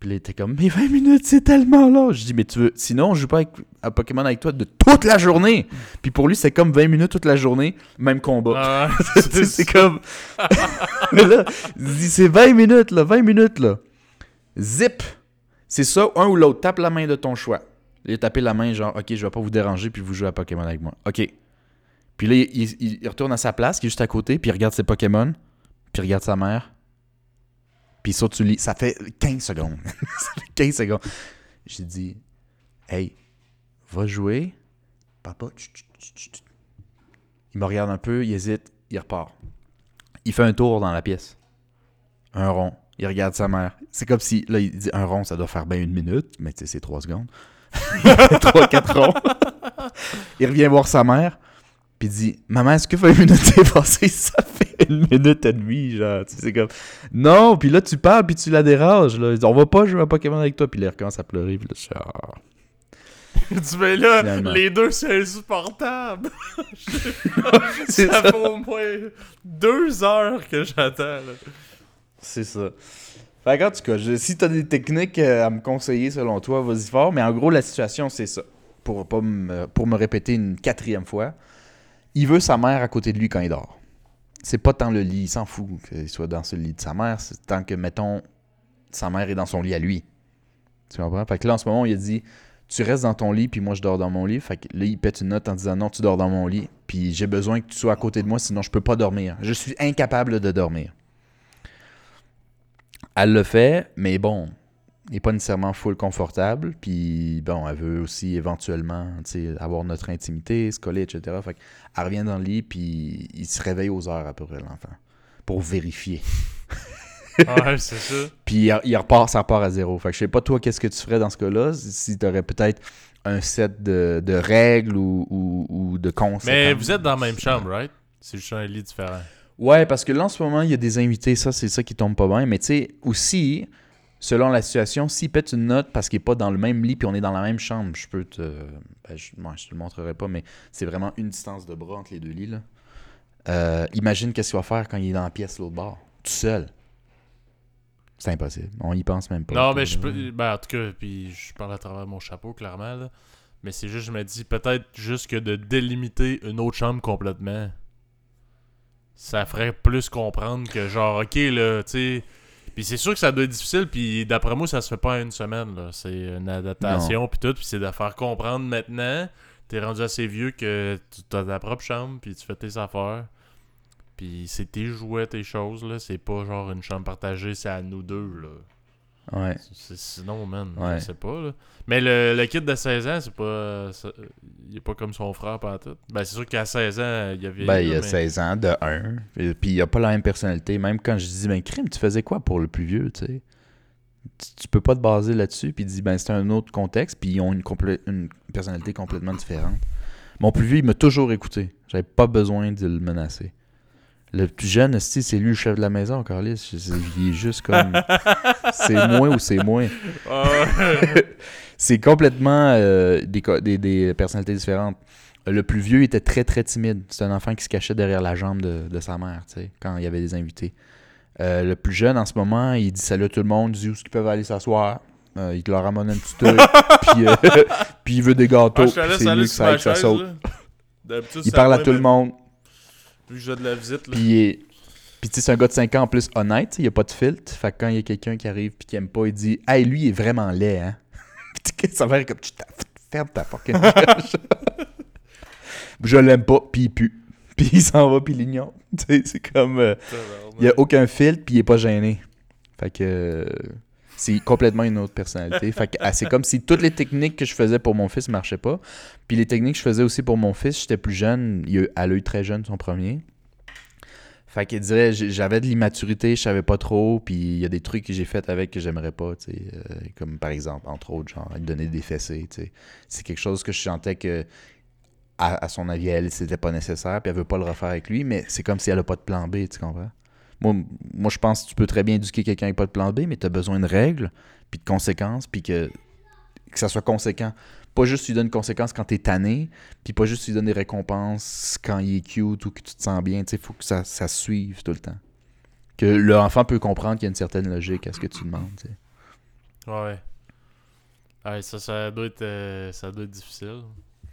Puis là, il était comme, mais vingt minutes, c'est tellement long. Je dis, mais tu veux, sinon, je joue pas avec, à Pokémon avec toi de toute la journée. Puis pour lui, c'est comme vingt minutes toute la journée, même combat. Ah, c'est, c'est comme. Mais là, il dit, c'est vingt minutes, là, vingt minutes, là. Zip! C'est ça, un ou l'autre. Tape la main de ton choix. Il a tapé la main, genre, ok, je vais pas vous déranger, puis vous jouez à Pokémon avec moi. Ok. Puis là, il, il, il retourne à sa place, qui est juste à côté, puis il regarde ses Pokémon, puis il regarde sa mère. Puis il saute sur le lit. Ça fait quinze secondes. Ça fait quinze secondes. J'ai dit, hey, va jouer. Papa, tch, tch, tch, tch. Il me regarde un peu, il hésite, il repart. Il fait un tour dans la pièce. Un rond. Il regarde sa mère. C'est comme si, là, il dit un rond, ça doit faire bien une minute, mais tu sais, c'est trois secondes. Trois, quatre ronds. Il revient voir sa mère, puis il dit, maman, est-ce que vingt minutes est passé? Ça fait une minute et demie, genre. Tu sais, c'est comme, non, puis là, tu parles, puis tu la déranges, là. On va pas jouer à Pokémon avec toi, puis là, il recommence à pleurer, puis là, je suis, ah. Tu fais là, Finalement. les deux, c'est insupportable. C'est ça ça. fait au moins deux heures que j'attends, là. C'est ça. Fait que, en tout cas, je, si t'as des techniques euh, à me conseiller selon toi, vas-y fort. Mais en gros, la situation, c'est ça. Pour, pas me, pour me répéter une quatrième fois, il veut sa mère à côté de lui quand il dort. C'est pas tant le lit, il s'en fout qu'il soit dans ce lit de sa mère. C'est tant que, mettons, sa mère est dans son lit à lui. Tu comprends? Fait que là, en ce moment, il a dit, tu restes dans ton lit, puis moi, je dors dans mon lit. Fait que là, il pète une note en disant, non, tu dors dans mon lit, puis j'ai besoin que tu sois à côté de moi, sinon je peux pas dormir. Je suis incapable de dormir. Elle le fait, mais bon, il n'est pas nécessairement full confortable. Puis bon, elle veut aussi éventuellement avoir notre intimité, se coller, et cetera. Fait qu'elle revient dans le lit, puis il se réveille aux heures à peu près, l'enfant, pour vérifier. Ouais, c'est ça. Puis il, il repart, ça repart à zéro. Fait que je sais pas, toi, qu'est-ce que tu ferais dans ce cas-là, si tu aurais peut-être un set de, de règles ou, ou, ou de conséquences. Mais vous êtes dans la même chambre, right? C'est juste un lit différent. Ouais, parce que là, en ce moment, il y a des invités, ça, c'est ça qui tombe pas bien. Mais tu sais, aussi, selon la situation, s'il pète une note parce qu'il n'est pas dans le même lit puis on est dans la même chambre, je peux te... Ben, je, moi, je te le montrerai pas, mais c'est vraiment une distance de bras entre les deux lits, là. Euh, imagine qu'est-ce qu'il va faire quand il est dans la pièce l'autre bord, tout seul. C'est impossible. On y pense même pas. Non, mais je peux... Ben, en tout cas, puis je parle à travers mon chapeau, clairement, là. Mais c'est juste, je me dis, peut-être juste que de délimiter une autre chambre complètement... Ça ferait plus comprendre que genre, ok, là, tu sais... Puis c'est sûr que ça doit être difficile, puis d'après moi, ça se fait pas en une semaine, là. C'est une adaptation, puis tout, puis c'est de faire comprendre maintenant, t'es rendu assez vieux que tu as ta propre chambre, puis tu fais tes affaires, puis c'est tes jouets, tes choses, là. C'est pas genre une chambre partagée, c'est à nous deux, là. Ouais. C'est, sinon, man, Ouais. je sais pas, là. Mais le, le kid de seize ans, c'est pas... ça- il est pas comme son frère, pas tout. Ben, c'est sûr qu'à seize ans, il y avait... Ben, il a seize ans, de un. Et puis, il a pas la même personnalité. Même quand je dis, ben, crime, tu faisais quoi pour le plus vieux, tu sais? Tu, tu peux pas te baser là-dessus. Puis, il dit, ben, c'est un autre contexte. Puis, ils ont une, complè- une personnalité complètement différente. Mon plus vieux, il m'a toujours écouté. J'avais pas besoin de le menacer. Le plus jeune, esti, c'est lui le chef de la maison, Carlis. Il est juste comme... c'est moi ou c'est moi. Ah, C'est complètement euh, des, co- des, des personnalités différentes. Le plus vieux était très, très timide. C'est un enfant qui se cachait derrière la jambe de, de sa mère, tu sais, quand il y avait des invités. Euh, le plus jeune, en ce moment, il dit salut à tout le monde, il dit où est-ce qu'ils peuvent aller s'asseoir. Euh, il te leur ramène un petit truc, puis, euh, puis il veut des gâteaux, ah, je te puis laisse c'est aller lui que sur ça ma aide, ça chaise, saute. là. D'habitude, Il c'est parle à moi, tout le mais monde. Vu que j'ai de la visite, là. Puis, il est- puis tu sais, c'est un gars de cinq ans en plus honnête, il n'y a pas de filtre. Fait que quand il y a quelqu'un qui arrive puis qui aime pas, il dit « Hey, lui, il est vraiment laid, hein? » Ça va être comme « Tu fermes ta fucking gueule. » Je l'aime pas, puis il pue. Puis il s'en va, puis il l'ignore. Tu sais, c'est comme... euh, il n'y a aucun filtre, puis il est pas gêné. Fait que... euh, c'est complètement une autre personnalité. Fait que ah, c'est comme si toutes les techniques que je faisais pour mon fils marchaient pas. Puis les techniques que je faisais aussi pour mon fils, j'étais plus jeune. Il a, elle a eu très jeune son premier. Fait qu'il dirait, j- j'avais de l'immaturité, je savais pas trop, puis il y a des trucs que j'ai fait avec que j'aimerais pas, tu sais, euh, comme par exemple, entre autres, genre, lui donner des fessées, tu sais. C'est quelque chose que je sentais que, à, à son avis, elle, c'était pas nécessaire, puis elle veut pas le refaire avec lui, mais c'est comme si elle a pas de plan B, tu comprends? Moi, moi je pense que tu peux très bien éduquer quelqu'un avec pas de plan B, mais tu as besoin de règles, puis de conséquences, puis que, que ça soit conséquent. Pas juste lui donner une conséquence quand t'es tanné, puis pas juste lui donner des récompenses quand il est cute ou que tu te sens bien. Il faut que ça, ça suive tout le temps. Que l'enfant peut comprendre qu'il y a une certaine logique à ce que tu demandes. T'sais. Ouais. Ouais, ça, ça doit être, euh, ça doit être difficile.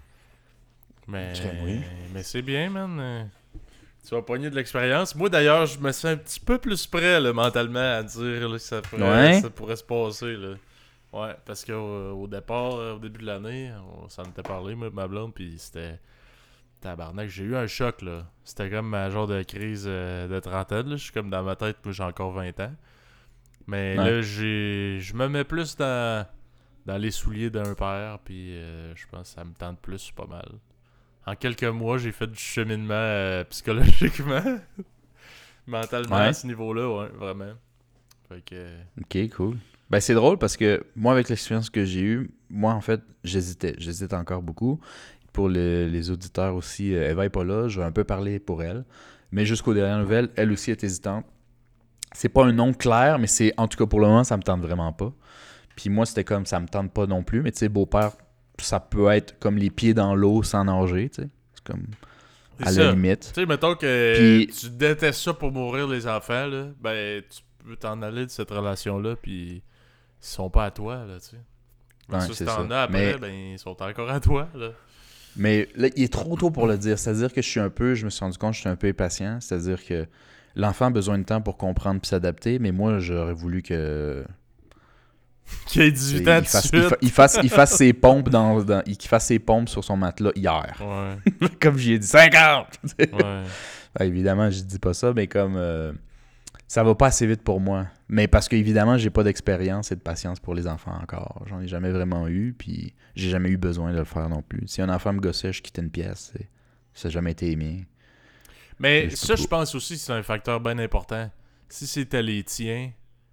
Mais, Oui. mais c'est bien, man. Euh, Tu vas pogner de l'expérience. Moi, d'ailleurs, je me sens un petit peu plus prêt, là, mentalement, à dire là, que ça pourrait, Ouais. ça pourrait se passer, là. Ouais, parce qu'au au départ, euh, au début de l'année, on s'en était parlé, moi, ma blonde, puis c'était... Tabarnak, j'ai eu un choc, là. C'était comme ma genre de crise euh, de trentaine, là. Je suis comme dans ma tête, moi, j'ai encore vingt ans. Mais Ouais. là, j'ai... Je me mets plus dans... dans les souliers d'un père, puis euh, je pense que ça me tente plus pas mal. En quelques mois, j'ai fait du cheminement euh, psychologiquement, mentalement Ouais. à ce niveau-là, ouais, vraiment. Fait que... euh, Ok, cool. Ben, c'est drôle parce que moi, avec l'expérience que j'ai eue, moi, en fait, j'hésitais. J'hésite encore beaucoup. Pour le- les auditeurs aussi, euh, Eva est pas là. Je vais un peu parler pour elle. Mais jusqu'aux dernières nouvelles, elle aussi est hésitante. C'est pas un nom clair, mais c'est, en tout cas, pour le moment, ça me tente vraiment pas. Puis moi, c'était comme, ça me tente pas non plus. Mais tu sais, beau-père, ça peut être comme les pieds dans l'eau sans nager, tu sais. C'est comme, C'est à ça. la limite. Tu sais, mettons que Puis- tu détestes ça pour mourir les enfants, là, ben tu peux t'en aller de cette relation-là, puis ils sont pas à toi, là, tu sais. Ouais, Ça, si c'est t'en ça. as après, Mais- ben ils sont encore à toi, là. Mais là, il est trop tôt pour le dire. C'est-à-dire que je suis un peu, je me suis rendu compte que je suis un peu impatient. C'est-à-dire que l'enfant a besoin de temps pour comprendre puis s'adapter, mais moi, j'aurais voulu que Qui a tu sais, dix-huit ans il de fasse, suite. il, fa- il fasse, il fasse ses pompes dans, dans- il- qu'il fasse ses pompes sur son matelas hier. Ouais, Comme j'y ai dit cinquante. ouais. Ah, évidemment, je dis pas ça, mais comme euh, ça va pas assez vite pour moi. Mais parce que évidemment, j'ai pas d'expérience et de patience pour les enfants encore. J'en ai jamais vraiment eu, puis j'ai jamais eu besoin de le faire non plus. Si un enfant me gossait, je quittais une pièce. c'est- Ça n'a jamais été mien. Mais Je sais ça, pas. je pense aussi que c'est un facteur bien important. Si c'était les tiens,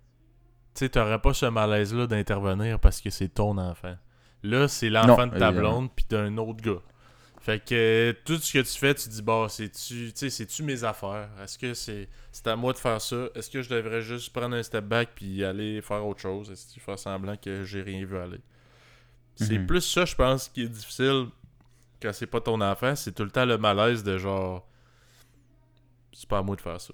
tu sais, t'aurais pas ce malaise-là d'intervenir parce que c'est ton enfant. Là, c'est l'enfant Non, de ta évidemment. blonde puis d'un autre gars. Fait que euh, tout ce que tu fais, tu dis, bah, c'est-tu, tu sais, c'est-tu mes affaires? Est-ce que c'est, c'est à moi de faire ça? Est-ce que je devrais juste prendre un step back puis aller faire autre chose? Est-ce que faire semblant que j'ai rien vu aller? C'est Mhm. plus ça, je pense, qui est difficile quand c'est pas ton enfant. C'est tout le temps le malaise de genre, c'est pas à moi de faire ça.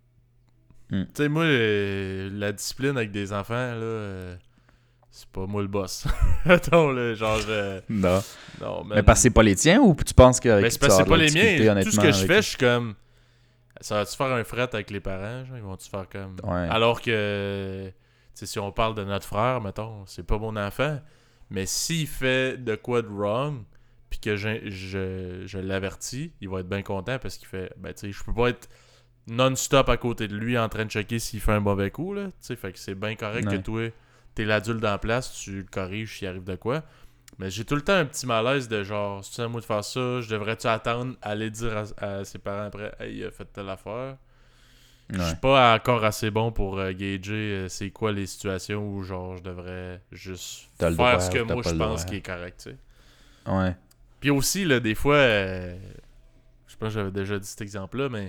Mm. Tu sais, moi, euh, la discipline avec des enfants, là, euh, c'est pas moi le boss. Attends, là, genre, je- Non. non, Mais parce que c'est pas les tiens ou tu penses que Ben, c'est parce que c'est pas les miens. Tout ce que je fais, avec... je suis comme. Ça va-tu faire un fret avec les parents, genre? Ils vont-tu faire comme. Ouais. Alors que, tu sais, si on parle de notre frère, mettons, c'est pas mon enfant. Mais s'il fait de quoi de wrong, puis que je, je, je l'avertis, il va être bien content parce qu'il fait. Ben, tu sais, je peux pas être non-stop à côté de lui en train de checker s'il fait un mauvais coup, là. Tu sais, fait que c'est bien correct Ouais. que toi, t'es l'adulte en place, tu le corriges s'il arrive de quoi. Mais j'ai tout le temps un petit malaise de genre, c'est à moi de faire ça, je devrais-tu attendre, aller dire à, à ses parents après, hey, il a fait telle affaire. Je Ouais. suis pas encore assez bon pour euh, gager euh, c'est quoi les situations où genre je devrais juste T'as faire le droit ce que ou t'as moi pas je le pense droit. qui est correct, tu sais. Ouais. Puis aussi, là, des fois, euh, je pense que j'avais déjà dit cet exemple-là, mais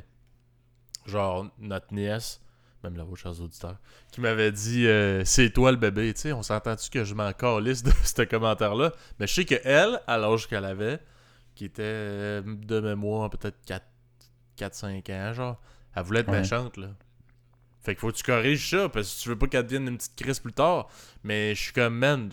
genre, notre nièce, même la vôtre, chers auditeurs, qui m'avait dit euh, c'est toi le bébé, tu sais, on s'entend-tu que je m'en calisse de ce commentaire-là? Mais je sais qu'elle, à l'âge qu'elle avait, qui était euh, de mémoire peut-être quatre cinq ans, genre, elle voulait être Ouais. méchante, là. Fait qu'il faut que tu corriges ça, parce que tu veux pas qu'elle devienne une petite crise plus tard. Mais je suis comme, man,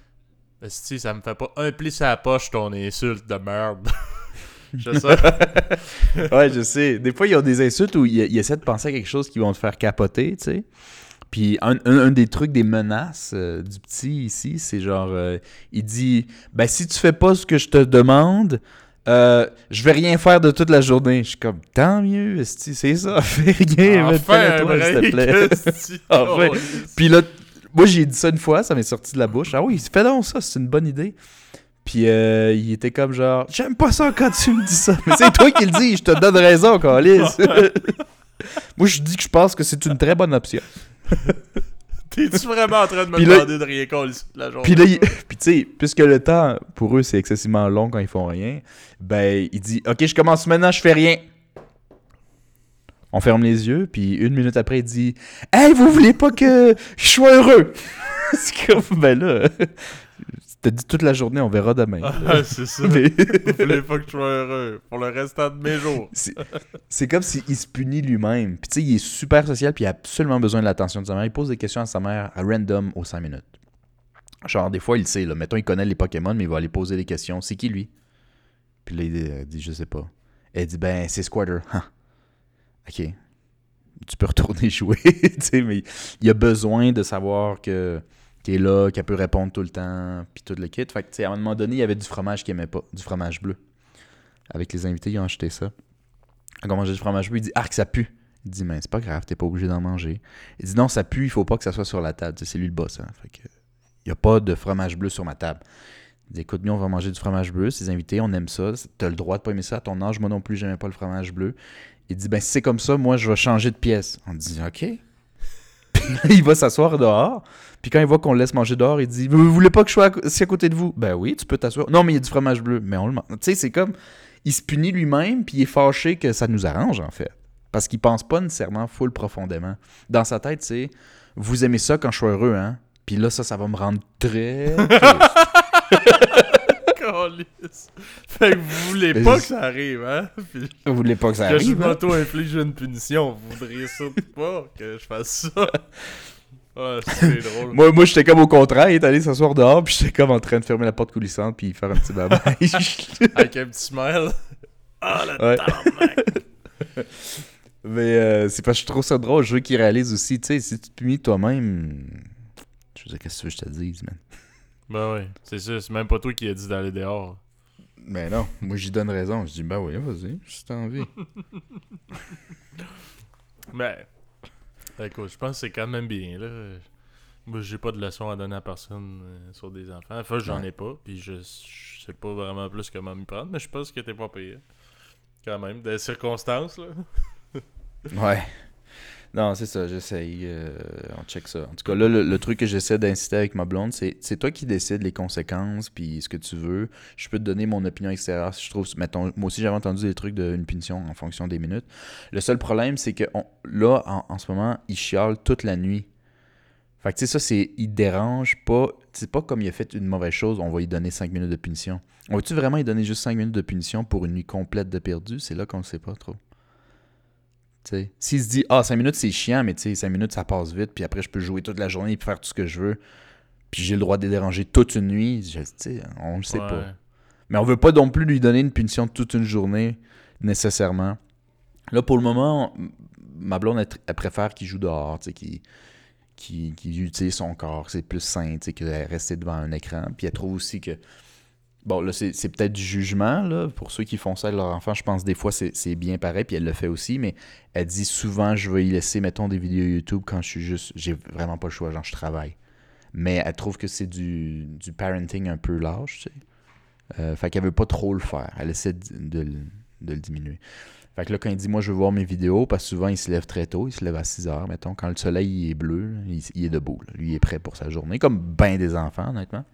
esti, ça me fait pas un pli sur la poche ton insulte de merde. Je sais. Ouais, je sais. Des fois, il y a des insultes où ils il essaient de penser à quelque chose qui vont te faire capoter, tu sais. Puis un, un, un des trucs, des menaces euh, du petit ici, c'est genre, euh, il dit, ben si tu fais pas ce que je te demande, euh, je vais rien faire de toute la journée. Je suis comme, tant mieux, esti, c'est ça, fais rien, Enfin, un fais-le-toi, s'il te break, plaît. esti. Enfin. Oh, Puis là, moi j'ai dit ça une fois, ça m'est sorti de la bouche. Ah oui, fais donc ça, c'est une bonne idée. Puis euh, il était comme genre, j'aime pas ça quand tu me dis ça. Mais c'est toi qui le dis, je te donne raison, Calice. Moi je dis que je pense que c'est une très bonne option. T'es-tu vraiment en train de me Puis là- demander de rien coller la journée? Puis là, il- puis tu sais, puisque le temps pour eux c'est excessivement long quand ils font rien, ben il dit, ok, je commence maintenant, je fais rien. On ferme les yeux, puis une minute après, il dit, hey, vous voulez pas que je sois heureux? C'est comme, ben là, t'as dit toute la journée, on verra demain. Ah, c'est ça. Mais- Vous voulez pas que je sois heureux pour le restant de mes jours. C'est, c'est comme s'il se punit lui-même. Puis tu sais, il est super social, puis il a absolument besoin de l'attention de sa mère. Il pose des questions à sa mère à random aux cinq minutes. Genre, des fois, il sait, là. Mettons, il connaît les Pokémon, mais il va aller poser des questions. C'est qui, lui? Puis là, il dit, je sais pas. Elle dit, ben, c'est Squirtle. Huh. OK. Tu peux retourner jouer, tu sais, mais il a besoin de savoir que qu'il est là, qu'elle peut répondre tout le temps, puis tout le kit. Fait que, tu sais, à un moment donné, il y avait du fromage qu'il aimait pas, du fromage bleu. Avec les invités, ils ont acheté ça. Quand on mangeait du fromage bleu, il dit « Ah, que ça pue! » Il dit « Mais c'est pas grave, t'es pas obligé d'en manger. » Il dit « Non, ça pue, il faut pas que ça soit sur la table. » Tu sais, c'est lui le boss, hein. Fait que, il y a pas de fromage bleu sur ma table. Il dit « Écoute, nous, on va manger du fromage bleu. Ces invités, on aime ça. T'as le droit de pas aimer ça à ton âge. Moi non plus, j'aimais pas le fromage bleu. » Il dit « Ben, si c'est comme ça, moi, je vais changer de pièce. » On dit « OK. » Puis là, il va s'asseoir dehors. Puis quand il voit qu'on le laisse manger dehors, il dit « Vous voulez pas que je sois à, à côté de vous? » Ben oui, tu peux t'asseoir. Non, mais il y a du fromage bleu. Mais on le mange. Tu sais, c'est comme... Il se punit lui-même, puis il est fâché que ça nous arrange, en fait. Parce qu'il pense pas nécessairement full profondément. Dans sa tête, c'est « Vous aimez ça quand je suis heureux, hein? » Puis là, ça, ça va me rendre très Calisse. Fait que vous voulez pas que ça arrive, hein? Puis vous voulez pas que ça que arrive, je hein? m'auto-inflige une punition. Vous voudriez surtout pas que je fasse ça. Ouais, c'est drôle. Moi, moi j'étais comme au contraire, il est allé s'asseoir dehors, puis j'étais comme en train de fermer la porte coulissante, puis faire un petit babaye. Avec un petit smile. Ah, la Ouais. tabarnak! Mais euh, c'est parce que je trouve ça drôle, je veux qu'il réalise aussi, tu sais, si tu te punis toi-même, je veux dire, qu'est-ce que tu veux que je te dise, man? Ben ouais, c'est ça, c'est même pas toi qui as dit d'aller dehors. Ben non, moi j'y donne raison, je dis, ben oui, vas-y, si t'as envie. Mais, écoute, je pense que c'est quand même bien, là. Moi, j'ai pas de leçon à donner à personne euh, sur des enfants. Enfin, j'en Ouais. ai pas, puis je, je sais pas vraiment plus comment m'y prendre, mais je pense que t'es pas payé. Quand même, des circonstances, là. Ouais. Non, c'est ça, j'essaye. euh, on check ça. En tout cas, là, le, le truc que j'essaie d'inciter avec ma blonde, c'est c'est toi qui décides les conséquences puis ce que tu veux. Je peux te donner mon opinion extérieure si je trouve. Mettons, moi aussi, j'avais entendu des trucs d'une punition en fonction des minutes. Le seul problème, c'est que on- là, en, en ce moment, il chiale toute la nuit. Fait que, tu sais, ça, c'est. Il dérange pas. C'est pas comme il a fait une mauvaise chose, on va lui donner cinq minutes de punition. On va-tu vraiment lui donner juste cinq minutes de punition pour une nuit complète de perdu? C'est là qu'on ne sait pas trop. T'sais. S'il se dit, ah, cinq minutes c'est chiant, mais cinq minutes ça passe vite, puis après je peux jouer toute la journée et faire tout ce que je veux, puis j'ai le droit de les déranger toute une nuit, je, t'sais, on le sait Ouais. pas. Mais on veut pas non plus lui donner une punition de toute une journée, nécessairement. Là, pour le moment, on- ma blonde, elle, elle préfère qu'il joue dehors, qu'il qui, qui utilise son corps, c'est plus sain que de rester devant un écran. Puis elle trouve aussi que bon, là, c'est, c'est peut-être du jugement, là, pour ceux qui font ça avec leur enfant. Je pense des fois, c'est, c'est bien pareil, puis elle le fait aussi, mais elle dit souvent, je vais y laisser, mettons, des vidéos YouTube quand je suis juste, j'ai vraiment pas le choix, genre, je travaille. Mais elle trouve que c'est du, du parenting un peu lâche, tu sais. Euh, fait qu'elle veut pas trop le faire. Elle essaie de, de, de le diminuer. Fait que là, quand il dit, moi, je veux voir mes vidéos, parce que souvent, il se lève très tôt, il se lève à six heures, mettons. Quand le soleil il est bleu, il, il est debout, là. Lui, il est prêt pour sa journée, comme ben des enfants, honnêtement.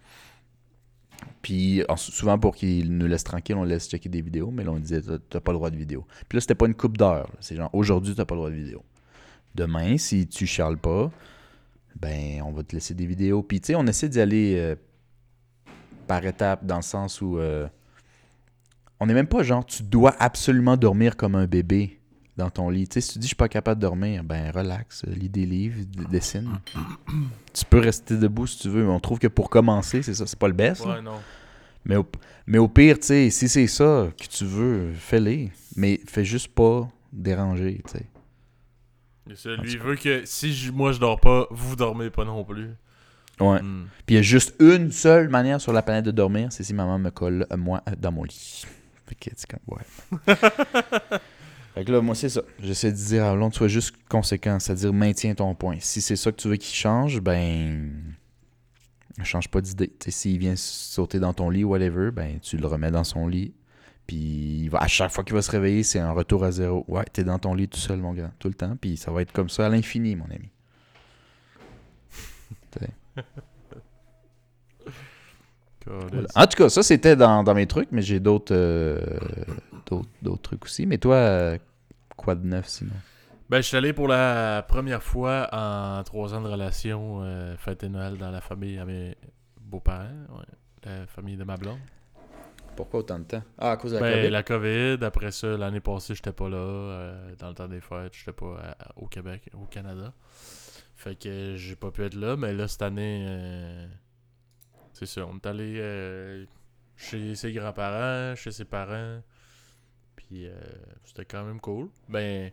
Puis en- souvent pour qu'il nous laisse tranquille, on laisse checker des vidéos, mais là on disait t'as, t'as pas le droit de vidéo. Puis là c'était pas une coupe d'heure, là. C'est genre aujourd'hui t'as pas le droit de vidéo. Demain, si tu chiales pas, ben on va te laisser des vidéos. Puis tu sais, on essaie d'y aller euh, par étapes dans le sens où euh, on n'est même pas genre tu dois absolument dormir comme un bébé dans ton lit. Tu sais, si tu dis je suis pas capable de dormir, ben relax, lis des livres, d- dessine. Tu peux rester debout si tu veux, mais on trouve que pour commencer, c'est ça, c'est pas le best. là. Ouais, non. Mais au, mais au pire, tu sais, si c'est ça que tu veux, fais-les. Mais fais juste pas déranger, tu sais. Et ça, lui, il veut que si je- moi je dors pas, vous dormez pas non plus. Ouais. Hmm. Puis il y a juste une seule manière sur la planète de dormir, c'est si maman me colle, euh, moi, euh, dans mon lit. Fait que c'est comme, ouais. Fait que là, moi, c'est ça. J'essaie de dire à l'autre, sois juste conséquent, c'est-à-dire maintiens ton point. Si c'est ça que tu veux qu'il change, ben... change pas d'idée. T'sais, s'il vient sauter dans ton lit ou whatever, ben tu le remets dans son lit. Puis il va, à chaque fois qu'il va se réveiller, c'est un retour à zéro. Ouais, t'es dans ton lit tout seul, mon gars, tout le temps. Puis ça va être comme ça à l'infini, mon ami. Voilà. En tout cas, ça c'était dans, dans mes trucs, mais j'ai d'autres, euh, d'autres, d'autres trucs aussi. Mais toi, euh, quoi de neuf sinon? Ben, je suis allé pour la première fois en trois ans de relation euh, fêter Noël dans la famille à mes beaux-parents, ouais, la famille de ma blonde. Pourquoi autant de temps? Ah, à cause de la Ben, COVID? la COVID, après ça, l'année passée, j'étais pas là. euh, dans le temps des fêtes, j'étais pas à- au Québec, au Canada. Fait que j'ai pas pu être là, mais là, cette année, euh, c'est ça, on est allé euh, chez ses grands-parents, chez ses parents. Puis euh, c'était quand même cool. Ben,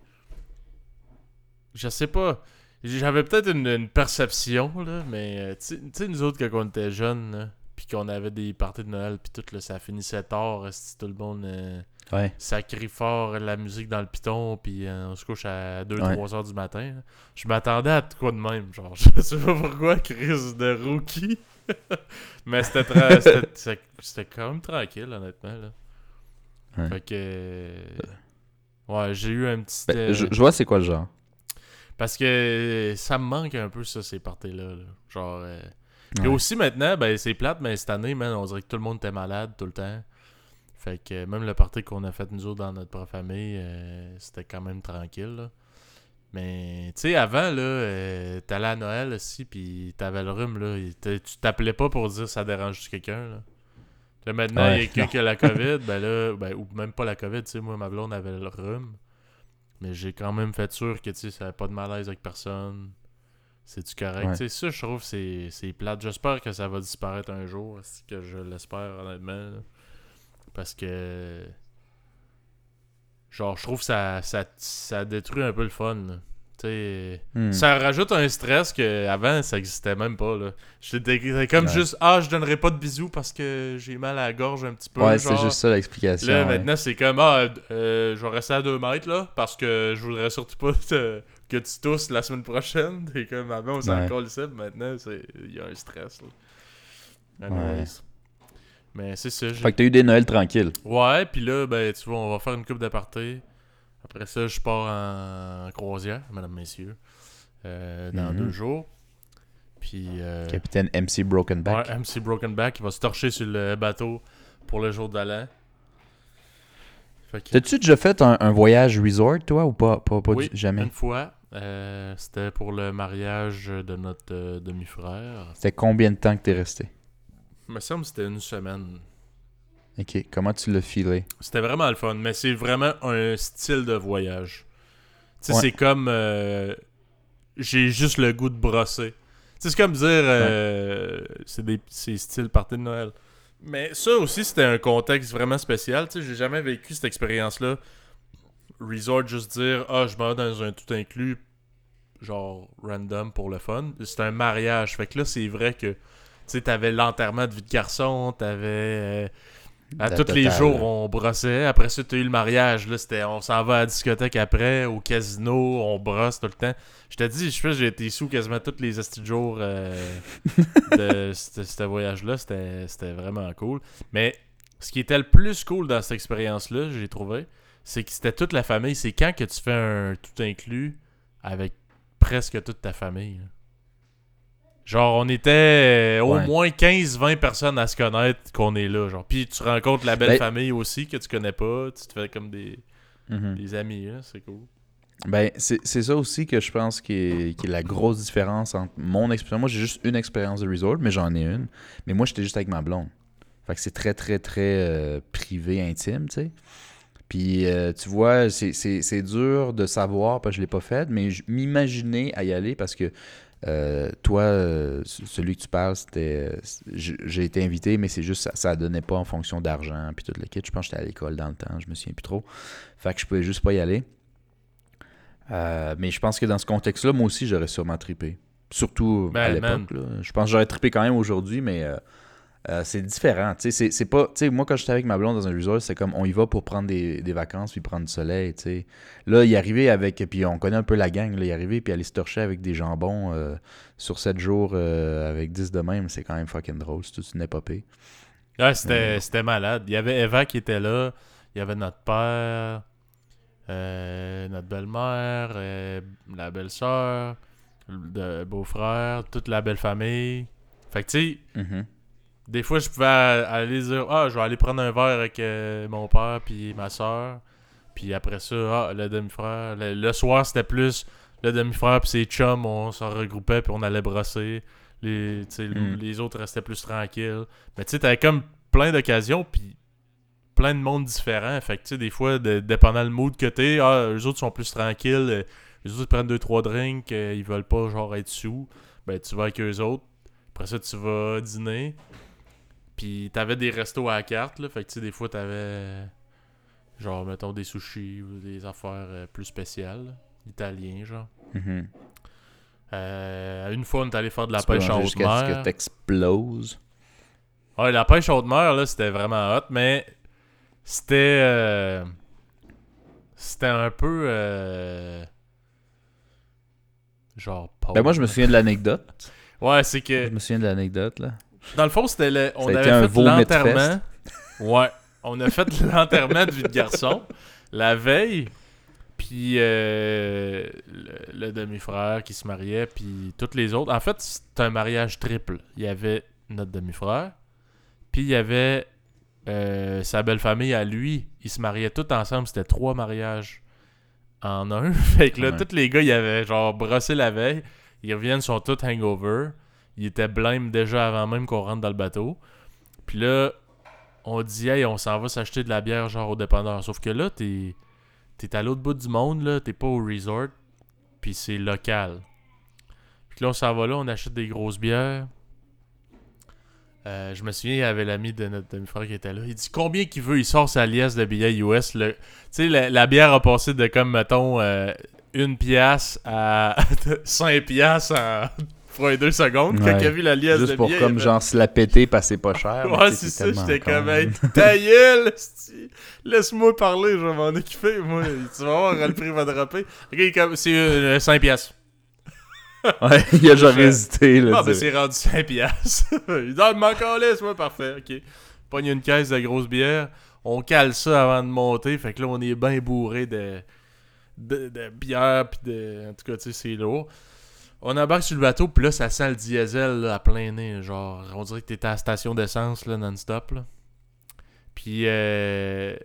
je sais pas. J'avais peut-être une, une perception, là, mais euh, tu sais, nous autres, quand on était jeunes, là, puis qu'on avait des parties de Noël, puis tout, là, ça finissait tard, si tout le monde euh, Ouais. sacrait fort la musique dans le piton, puis euh, on se couche à deux Ouais. trois heures du matin. Là. Je m'attendais à quoi de même, genre, je sais pas pourquoi, crise de rookie. Mais c'était, tra- c'était, c'était, c'était quand même tranquille, honnêtement, là. Ouais. Fait que... euh, ouais, j'ai eu un petit... Ben, euh, je, je vois c'est quoi le genre. Parce que ça me manque un peu, ça, ces parties-là. Là. Genre... Euh... Puis Ouais. aussi, maintenant, ben c'est plate, mais cette année, man, on dirait que tout le monde était malade tout le temps. Fait que même le party qu'on a fait, nous autres, dans notre propre famille, euh, c'était quand même tranquille, là. Mais, tu sais, avant, là, euh, t'allais à Noël, aussi, pis t'avais le rhume, là. et t'a- Tu t'appelais pas pour dire ça dérange quelqu'un, là. Là, maintenant, il Ouais, y a quelqu'un non. qui a la COVID, ben là, ben, ou même pas la COVID, tu sais, moi, ma blonde avait le rhume. Mais j'ai quand même fait sûr que, tu sais, ça avait pas de malaise avec personne. C'est-tu correct? Ouais. Tu sais, ça, je trouve que c'est, c'est plate. J'espère que ça va disparaître un jour, c'est que je l'espère, honnêtement, là. Parce que... Genre, je trouve que ça, ça, ça détruit un peu le fun, là. Tu sais, Hmm. ça rajoute un stress que avant ça existait même pas, là. J'étais c'était comme Ouais. juste, ah, je donnerai pas de bisous parce que j'ai mal à la gorge un petit peu, Ouais, genre. c'est juste ça l'explication. Là, ouais. maintenant, c'est comme, ah, euh, je vais rester à deux mètres, là, parce que je voudrais surtout pas te- que tu tousses la semaine prochaine. T'es comme, avant, on s'en Ouais. calissait, maintenant, c'est- il y a un stress, là. Ouais. Anyways. Mais c'est ça, j'ai... Fait que t'as eu des Noëls tranquilles. Ouais, puis là, ben, tu vois, on va faire une coupe d'aparté. Après ça, je pars en, en croisière, mesdames, messieurs, euh, dans Mhm. deux jours. Puis, euh, Capitaine M C Brokenback. ouais, M C Brokenback, il va se torcher sur le bateau pour le jour de l'an. Fait que, T'as-tu déjà fait un, un voyage resort, toi, ou pas? Pas, pas oui, du- jamais? une fois, euh, c'était pour le mariage de notre euh, demi-frère. C'était combien de temps que t'es resté? Il me semble que c'était une semaine. Ok, comment tu l'as filé? C'était vraiment le fun, mais c'est vraiment un style de voyage. Tu sais, Ouais. c'est comme... euh, j'ai juste le goût de brosser. Tu sais, c'est comme dire... euh, c'est des c'est style party de Noël. Mais ça aussi, c'était un contexte vraiment spécial. Tu sais, j'ai jamais vécu cette expérience-là. Resort, juste dire, ah, je m'en vais dans un tout inclus, genre random pour le fun. C'est un mariage. Fait que là, c'est vrai que, tu sais, t'avais l'enterrement de vie de garçon, t'avais... euh, à La tous les totale. jours, on brossait. Après ça, t'as eu le mariage. Là, c'était, on s'en va à la discothèque après, au casino, on brosse tout le temps. Je t'ai dit, je sais, j'ai été sous quasiment tous les estis de jours euh, de ce ce voyage-là. C'était, c'était vraiment cool. Mais ce qui était le plus cool dans cette expérience-là, j'ai trouvé, c'est que c'était toute la famille. C'est quand que tu fais un tout inclus avec presque toute ta famille. là. Genre, on était euh, au Ouais. moins quinze vingt personnes à se connaître qu'on est là. Genre. Puis tu rencontres la belle Ben- famille aussi que tu connais pas. Tu te fais comme des, Mhm. des amis. Là. C'est cool. Ben, c'est c'est ça aussi que je pense qui est, qui est la grosse différence entre mon expérience. Moi, j'ai juste une expérience de resort, mais j'en ai une. Mais moi, j'étais juste avec ma blonde. Fait que c'est très, très, très euh, privé, intime, tu sais. Puis, euh, tu vois, c'est- c'est c'est dur de savoir, parce que je l'ai pas fait, mais je m'imaginais à y aller parce que euh, toi, euh, c- celui que tu parles, c'était... euh, j- j'ai été invité, mais c'est juste ça, ça donnait pas en fonction d'argent, puis tout le kit. Je pense que j'étais à l'école dans le temps, je me souviens plus trop. Fait que je pouvais juste pas y aller. Euh, mais je pense que dans ce contexte-là, moi aussi, j'aurais sûrement trippé. Surtout à Ben, l'époque. là. Je pense que j'aurais trippé quand même aujourd'hui, mais euh, euh, c'est différent. Tu sais, c'est, c'est pas. Tu sais, moi, quand j'étais avec ma blonde dans un resort, c'est comme on y va pour prendre des, des vacances puis prendre du soleil. Tu sais. Là, il est arrivé avec. Puis on connaît un peu la gang. Là, il est arrivé puis aller se torcher avec des jambons euh, sur sept jours euh, avec dix de même. C'est quand même fucking drôle. C'est toute une épopée. Ouais, c'était, Ouais. c'était malade. Il y avait Eva qui était là. Il y avait notre père, euh, notre belle-mère, euh, la belle-sœur, le beau-frère, toute la belle famille. Fait que tu sais, Mhm. des fois, je pouvais aller dire, ah, je vais aller prendre un verre avec euh, mon père puis ma soeur. Puis après ça, ah, le demi-frère. Le, le soir, c'était plus le demi-frère puis ses chums, on s'en regroupait puis on allait brosser. Les, tu sais, Mm. les autres restaient plus tranquilles. Mais tu sais, t'avais comme plein d'occasions puis plein de mondes différents. Fait que tu sais, des fois, de, dépendant le mood que t'es, ah, eux autres sont plus tranquilles. euh, Les autres ils prennent deux trois drinks, euh, ils veulent pas genre être sous. Ben, tu vas avec eux autres. Après ça, tu vas dîner. Puis t'avais des restos à la carte, là. Fait que tu sais, des fois t'avais genre, mettons, des sushis ou des affaires euh, plus spéciales, là, italiens, genre. Mm-hmm. Euh, une fois, on est allé faire de la Tu peux pêche en manger haute jusqu'à ce que mer. t'exploses. Ouais, la pêche haute mer, là, c'était vraiment hot, mais c'était. Euh, c'était un peu. Euh, genre pauvre. Ben moi, je me souviens de l'anecdote. Ouais, c'est que. Je me souviens de l'anecdote, là. Dans le fond, c'était le, on Ça a avait été un fait vomit l'enterrement. fest. Ouais, on a fait l'enterrement de vie de garçon la veille. Puis euh, le, le demi-frère qui se mariait, puis toutes les autres. En fait, c'était un mariage triple. Il y avait notre demi-frère, puis il y avait euh, sa belle-famille à lui. Ils se mariaient tous ensemble. C'était trois mariages en un. Fait que là, Ouais. tous les gars, ils avaient genre brossé la veille. Ils reviennent, sont tous hangover. Ils étaient blêmes déjà avant même qu'on rentre dans le bateau. Puis là, on dit, hey, on s'en va s'acheter de la bière genre au dépanneur. Sauf que là, t'es, t'es à l'autre bout du monde, là. T'es pas au resort. Puis c'est local. Puis là, on s'en va là, on achète des grosses bières. Euh, je me souviens, il y avait l'ami de notre demi-frère qui était là. Il dit combien qu'il veut. Il sort sa liasse de billets U S. Tu sais, la, la bière a passé de comme, mettons, euh, une pièce à cinq piastres en fois deux secondes. Ouais. Quand il a vu la liasse Juste de pour billets. comme il a fait- genre se la péter parce que c'est pas cher. mais Ouais, tu c'est sais, ça. tellement J'étais con. comme, hey, ta gueule, esti. Laisse-moi parler, je vais m'en occuper. Moi, tu vas voir, le prix va dropper. Ok, il est comme, c'est euh, cinq piastres. Ouais, il a genre Je fais- hésité. Là, Ah, ben tu sais. c'est rendu cinq piastres. Il dit, ah, il manque en laisse, moi, parfait, ok. Pogne une caisse de grosse bière. On cale ça avant de monter. Fait que là, on est bien bourré de, de, de bière. Puis de. En tout cas, tu sais, c'est lourd. On embarque sur le bateau. Puis là, ça sent le diesel là, à plein nez. Genre, on dirait que t'étais à la station d'essence là, non-stop. Là. Puis euh,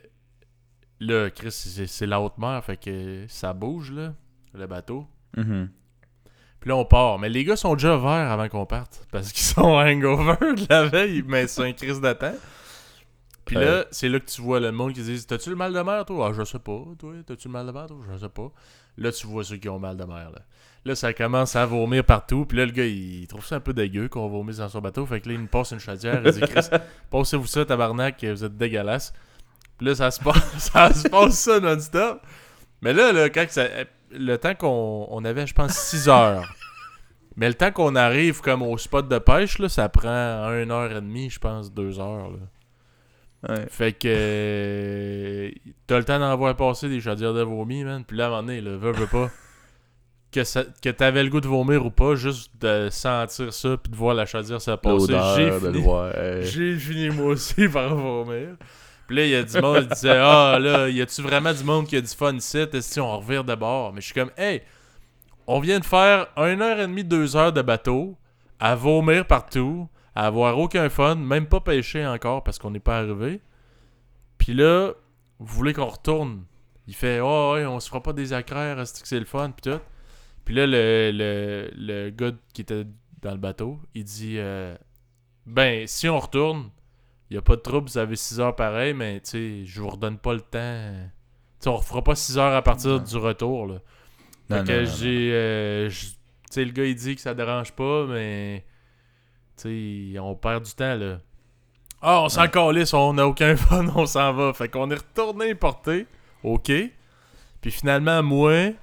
là, Chris, c'est, c'est la haute mer. Fait que ça bouge, là, le bateau. Mhm. Puis là, on part. Mais les gars sont déjà verts avant qu'on parte. Parce qu'ils sont hangover de la veille. Mais c'est un crise de temps. Puis Ouais. là, c'est là que tu vois le monde qui dit t'as-tu le mal de mer, toi? Ah, je sais pas. Toi, t'as-tu le mal de mer, toi? Je sais pas. Là, tu vois ceux qui ont mal de mer. Là, là ça commence à vomir partout. Puis là, le gars, il trouve ça un peu dégueu qu'on vomisse dans son bateau. Fait que là, il me passe une chaudière. Il dit Chris, passez-vous ça, tabarnak, vous êtes dégueulasse. Puis là, ça se passe ça, se passe ça non-stop. Mais là, là quand ça, le temps qu'on on avait, je pense, six heures. Mais le temps qu'on arrive comme au spot de pêche, là, ça prend une heure et demie, je pense, deux heures. Là. Ouais. Fait que euh, t'as le temps d'en voir passer des chaudières de vomi, man. Puis là, à un moment donné, là, veux, veux pas. Que, ça, que t'avais le goût de vomir ou pas, juste de sentir ça puis de voir la chaudière se passer. L'odeur J'ai de le fini, voir. euh, j'ai fini moi aussi par vomir. Puis là, il y a du monde qui disait ah là, y a-tu vraiment du monde qui a du fun ici? Si on revire de bord. Mais je suis comme, hey, on vient de faire une heure et demie, deux heures de bateau, à vomir partout, à avoir aucun fun, même pas pêcher encore parce qu'on n'est pas arrivé. Puis là, vous voulez qu'on retourne? Il fait, oh ouais, on se fera pas des accraires, est-ce que c'est le fun? Puis tout. Puis là, le, le, le gars qui était dans le bateau, il dit, euh, ben, si on retourne, il y a pas de trouble, vous avez six heures pareil, mais tu sais, je vous redonne pas le temps. Tu sais, on refera pas six heures à partir Non. du retour, là. Fait Non, que non, non, j'ai. euh, j'- tu sais, le gars, il dit que ça dérange pas, mais. Tu sais, on perd du temps, là. Ah, on s'en Ouais. calisse, on n'a aucun fun, on s'en va. Fait qu'on est retourné porter. OK. Puis finalement, moi,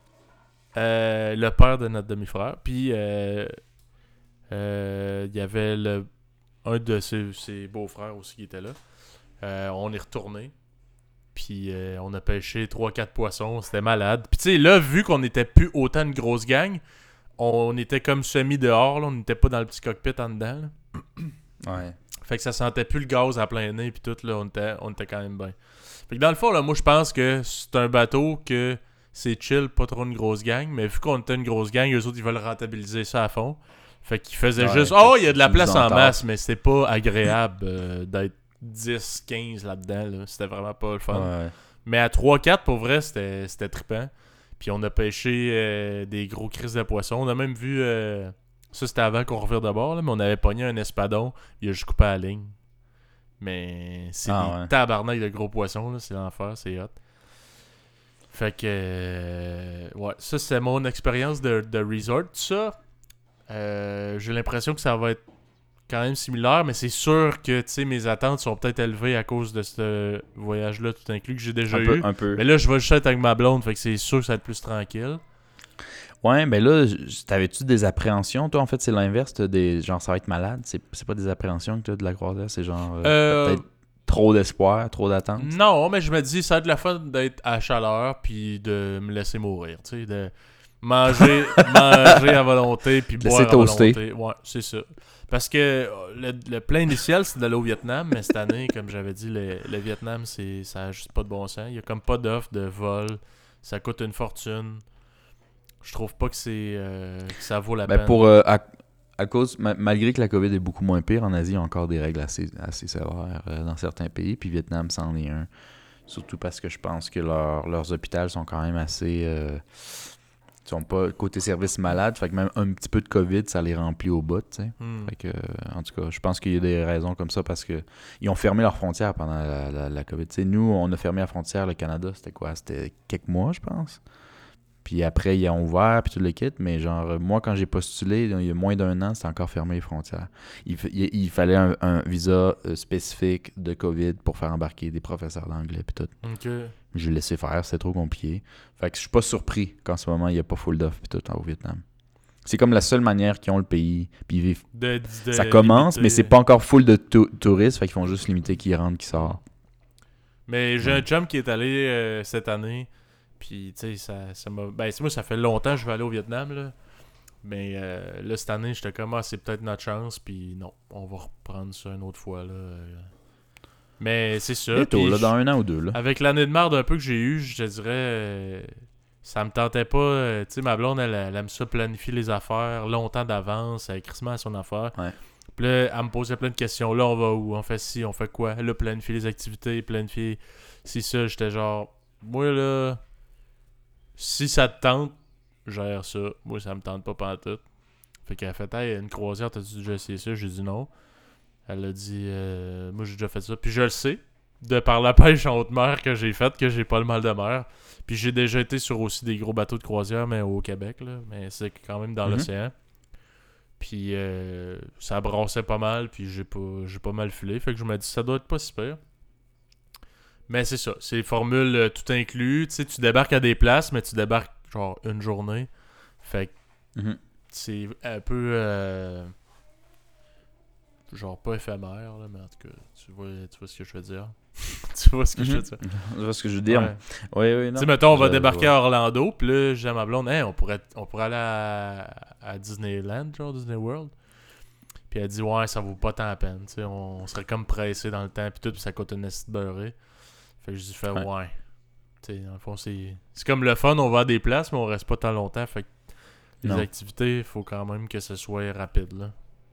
euh, le père de notre demi-frère, puis euh, euh, il y avait le, un de ses, ses beaux-frères aussi qui était là. Euh, on est retourné. Puis euh, on a pêché trois quatre poissons. C'était malade. Puis tu sais, là, vu qu'on n'était plus autant une grosse gang, on était comme semi-dehors. Là, on n'était pas dans le petit cockpit en dedans. Là. Ouais. Fait que ça sentait plus le gaz à plein nez. Puis tout, là, on était, on était quand même bien. Fait que dans le fond, là, moi, je pense que c'est un bateau que c'est chill, pas trop une grosse gang. Mais vu qu'on était une grosse gang, eux autres, ils veulent rentabiliser ça à fond. Fait qu'ils faisaient Ouais, juste, fait oh, que il y a de la tu place nous en entends. masse, mais c'était pas agréable euh, d'être dix quinze là-dedans. Là. C'était vraiment pas le fun. Ouais. Mais à trois quatre, pour vrai, c'était, c'était trippant. Puis on a pêché euh, des gros crises de poissons. On a même vu... euh, ça, c'était avant qu'on revire de bord, là, mais on avait pogné un espadon. Il a juste coupé la ligne. Mais c'est Ah, des ouais. tabarnak de gros poissons. Là, c'est l'enfer, c'est hot. Fait que... euh, ouais, ça, c'est mon expérience de, de resort. Tout ça, euh, j'ai l'impression que ça va être quand même similaire, mais c'est sûr que, tu sais, mes attentes sont peut-être élevées à cause de ce voyage-là tout inclus que j'ai déjà un eu. Peu, un peu. Mais là, je vais juste être avec ma blonde, fait que c'est sûr que ça va être plus tranquille. Ouais, ben là, t'avais-tu des appréhensions? Toi, en fait, c'est l'inverse. T'as des... Genre, ça va être malade. C'est, c'est pas des appréhensions que tu as de la croisière. C'est genre, euh, Euh, peut-être trop d'espoir, trop d'attente. Non, mais je me dis, ça va être le fun d'être à chaleur puis de me laisser mourir, tu sais, de manger, manger à volonté puis boire à toaster. volonté. Ouais, c'est ça. Parce que le, le plan initial, c'est d'aller au Vietnam, mais cette année, comme j'avais dit, le, le Vietnam, c'est, ça a juste pas de bon sens. Il y a comme pas d'offre de vol. Ça coûte une fortune. Je trouve pas que c'est euh, que ça vaut la Ben peine. pour, euh, à, à cause, ma- malgré que la COVID est beaucoup moins pire, en Asie, il y a encore des règles assez, assez sévères euh, dans certains pays. Puis Vietnam, c'en est un. Surtout parce que je pense que leur- leurs hôpitaux sont quand même assez... Euh, ils sont pas côté service malade. Fait que même un petit peu de COVID, ça les remplit au bout, tu sais. Hmm. Fait que, euh, en tout cas, je pense qu'il y a des raisons comme ça parce que ils ont fermé leurs frontières pendant la, la, la COVID. Tu sais, nous, on a fermé la frontière, le Canada, c'était quoi? C'était quelques mois, je pense. Puis après, ils ont ouvert, puis tout le kit. Mais genre, moi, quand j'ai postulé, il y a moins d'un an, c'était encore fermé les frontières. Il, il, il fallait un, un visa euh, spécifique de COVID pour faire embarquer des professeurs d'anglais, puis tout. Ok. J'ai laissé faire, c'était trop compliqué. Fait que je suis pas surpris qu'en ce moment, il n'y a pas full d'offres, puis tout, au Vietnam. C'est comme la seule manière qu'ils ont le pays. Puis ils vivent. De, de Ça commence, limiter. mais c'est pas encore full de tou- touristes. Fait qu'ils font juste limiter qui rentre, qui sort. Mais j'ai Ouais. un chum qui est allé euh, cette année. Puis, tu sais, ça, ça m'a. Ben, c'est moi, ça fait longtemps que je vais aller au Vietnam, là. Mais euh, là, cette année, j'étais comme, ah, c'est peut-être notre chance. Puis non, on va reprendre ça une autre fois, là. Mais c'est ça. Bientôt, puis là, je- dans un an ou deux. Là. Avec l'année de merde un peu que j'ai eue, je te dirais, euh, ça me tentait pas. euh, tu sais, ma blonde, elle, elle aime ça planifier les affaires longtemps d'avance, elle écrit à son affaire. Ouais. Puis là, elle me posait plein de questions. Là, on va où? On fait ci, on fait quoi? Là, planifier les activités, planifier si ça. J'étais genre, moi là, si ça te tente, gère ça. Moi, ça me tente pas pantoute. Fait qu'elle a fait, hey, une croisière, t'as-tu déjà essayé ça? J'ai dit non. Elle a dit, euh, moi, j'ai déjà fait ça. Puis je le sais, de par la pêche en haute mer que j'ai faite, que j'ai pas le mal de mer. Puis j'ai déjà été sur aussi des gros bateaux de croisière, mais au Québec, là. Mais c'est quand même dans Mhm. l'océan. Puis euh, ça brassait pas mal, puis j'ai pas, j'ai pas mal filé. Fait que je me dis, ça doit être pas si pire. Mais c'est ça, c'est formule euh, tout inclus. Tu sais, tu débarques à des places, mais tu débarques genre une journée. Fait que Mhm. c'est un peu. Euh, genre pas éphémère, là, mais en tout cas, tu vois, tu vois ce que je veux dire. tu vois ce que je veux Mhm. dire. Tu vois ce que je veux dire? Ouais. Oui, oui, Tu non. sais, mettons, on va Je- débarquer je- à Orlando, puis là, j'ai à ma blonde, hey, on pourrait, on pourrait aller à, à Disneyland, genre Disney World. Puis elle dit, ouais, ça vaut pas tant la peine, tu sais, on, on serait comme pressé dans le temps, puis tout, puis ça coûte une assiette beurrée. Fait que je dis, fais, ouais. Ouais. Tu sais, dans le fond, c'est, c'est comme le fun, on va à des places, mais on reste pas tant longtemps, fait que les Non. activités, il faut quand même que ce soit rapide, là.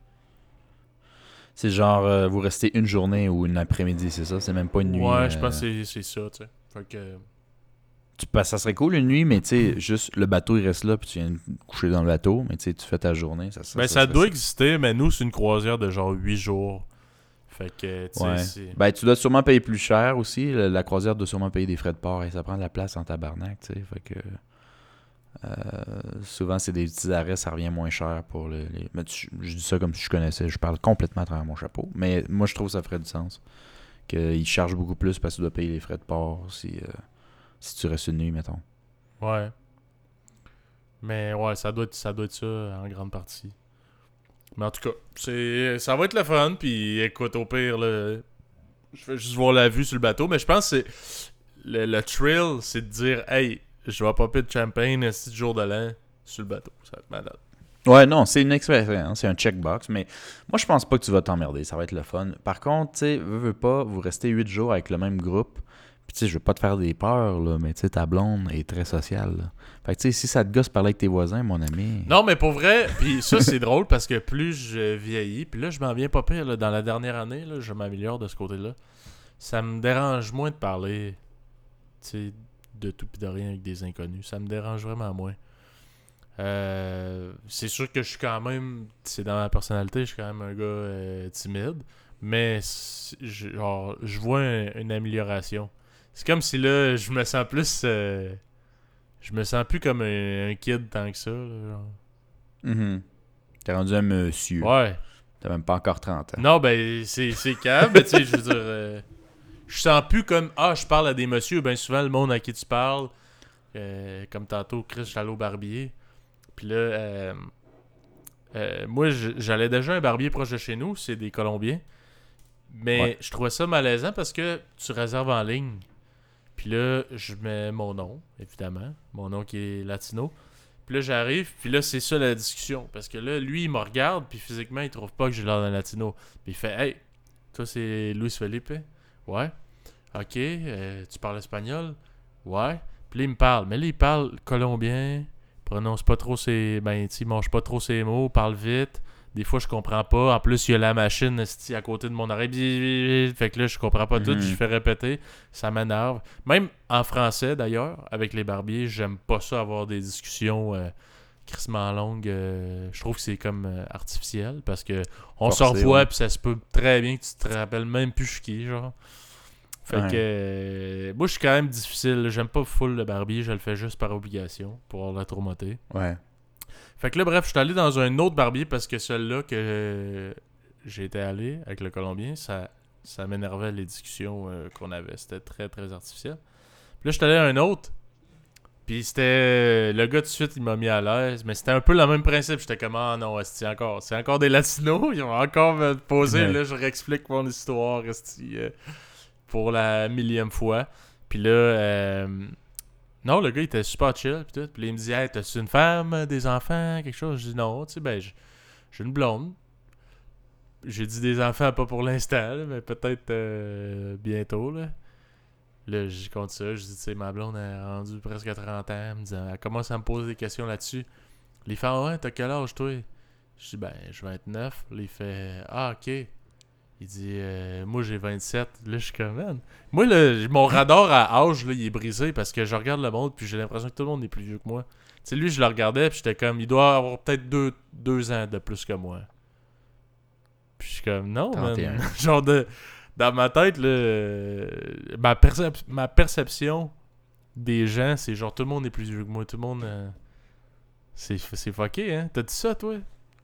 C'est genre, euh, vous restez une journée ou une après-midi, c'est ça? C'est même pas une nuit. Ouais, je euh, pense que c'est, c'est ça, tu sais. Fait que, tu, ben, ça serait cool une nuit, mais tu sais, juste le bateau, il reste là, puis tu viens te coucher dans le bateau, mais tu sais, tu fais ta journée. Ça, ça, ben, ça ça serait doit ça. exister, mais nous, c'est une croisière de genre huit jours. Fait que, tu sais, Ouais. c'est... Ben, tu dois sûrement payer plus cher aussi. La, la croisière doit sûrement payer des frais de port et ça prend de la place en tabarnak, tu sais. Fait que. euh, souvent, c'est des petits arrêts, ça revient moins cher pour les. les... Mais tu- je dis ça comme si je connaissais. Je parle complètement à travers mon chapeau. Mais moi, je trouve que ça ferait du sens. Qu'ils chargent beaucoup plus parce que tu dois payer les frais de port si, euh, si tu restes une nuit, mettons. Ouais. Mais ouais, ça doit être ça, doit être ça en grande partie. Mais en tout cas, c'est ça va être le fun. Puis écoute, au pire, là, je vais juste voir la vue sur le bateau. Mais je pense que c'est le, le thrill, c'est de dire, hey, je vais popper de champagne six jours de l'an sur le bateau. Ça va être malade. Ouais, non, c'est une expérience, c'est un checkbox, mais moi, je pense pas que tu vas t'emmerder, ça va être le fun. Par contre, tu sais, veux, veux pas, vous restez huit jours avec le même groupe, puis tu sais, je veux pas te faire des peurs, là, mais tu sais, ta blonde est très sociale, là. Fait que tu sais, si ça te gosse parler avec tes voisins, mon ami... Non, mais pour vrai, puis ça, c'est drôle parce que plus je vieillis, puis là, je m'en viens pas pire, là, dans la dernière année, là, je m'améliore de ce côté-là. Ça me dérange moins de parler, tu sais, de tout pis de rien avec des inconnus. Ça me dérange vraiment moins. Euh, c'est sûr que je suis quand même, c'est dans ma personnalité, je suis quand même un gars euh, timide, mais c'est- je, genre, je vois un- une amélioration. C'est comme si là, je me sens plus, euh, je me sens plus comme un, un kid tant que ça. Là, genre. Mhm. T'es rendu un monsieur. Ouais. T'as même pas encore trente ans. Non, ben, c'est, c'est calme, mais tu sais, je veux dire... Euh, je sens plus comme, ah, je parle à des messieurs, ben souvent, le monde à qui tu parles, euh, comme tantôt, Chris, j'allais au barbier, puis là, euh, euh, moi, j'allais déjà à un barbier proche de chez nous, c'est des Colombiens, mais ouais. Je trouvais ça malaisant parce que tu réserves en ligne, puis là, je mets mon nom, évidemment, mon nom qui est latino. Puis là, j'arrive, puis là, c'est ça la discussion. Parce que là, lui, il me regarde, puis physiquement, il trouve pas que j'ai l'air d'un latino. Puis il fait « Hey, toi, c'est Luis Felipe? » « Ouais. »« Ok, euh, tu parles espagnol? »« Ouais. » Puis là, il me parle. Mais là, il parle colombien, prononce pas trop ses... Ben, tu sais, il mange pas trop ses mots, parle vite. Des fois, je comprends pas. En plus, il y a la machine à côté de mon oreille. Fait que là, je comprends pas mm-hmm. tout. Je fais répéter. Ça m'énerve. Même en français, d'ailleurs, avec les barbiers, j'aime pas ça avoir des discussions euh, crissement longues. Euh, je trouve que c'est comme euh, artificiel parce que on se revoit ouais. Puis ça se peut très bien que tu te rappelles même plus je suis qui, genre. Fait ouais. que euh, moi, je suis quand même difficile. J'aime pas full le barbier. Je le fais juste par obligation pour avoir la tourmentée. Ouais. Fait que là, bref, je suis allé dans un autre barbier parce que celui-là que euh, j'étais allé avec le Colombien, ça, ça m'énervait les discussions euh, qu'on avait. C'était très, très artificiel. Puis là, je suis allé à un autre. Puis c'était... Le gars, tout de suite, il m'a mis à l'aise. Mais c'était un peu le même principe. J'étais comme, ah non, c'est encore, c'est encore des latinos. Ils vont encore me poser. Ouais. Là, je réexplique mon histoire esti, euh, pour la millième fois. Puis là... Euh, Non, le gars, il était super chill, pis tout. Puis là, il me dit, hey, t'as-tu une femme, des enfants, quelque chose? Je dis non, tu sais, ben, j'ai une blonde. J'ai dit des enfants, pas pour l'instant, là, mais peut-être euh, bientôt, là. Là, j'y compte ça. Je dis, tu sais, ma blonde est rendue presque trente ans. Elle me dit, elle commence à me poser des questions là-dessus. Il fait, ah ouais, t'as quel âge, toi? Je dis, ben, j'ai vingt-neuf. Là, il fait, ah, ok. Il dit, euh, moi j'ai vingt-sept. Là, je suis comme, man. Moi, là, mon radar à âge, là, il est brisé parce que je regarde le monde puis j'ai l'impression que tout le monde est plus vieux que moi. Tu sais, lui, je le regardais puis j'étais comme, il doit avoir peut-être deux, deux ans de plus que moi. Puis je suis comme, non, trente et un. Man. Genre, de, dans ma tête, là, euh, ma, percep- ma perception des gens, c'est genre, tout le monde est plus vieux que moi. Tout le monde. Euh, c'est, c'est fucké, hein? T'as dit ça, toi?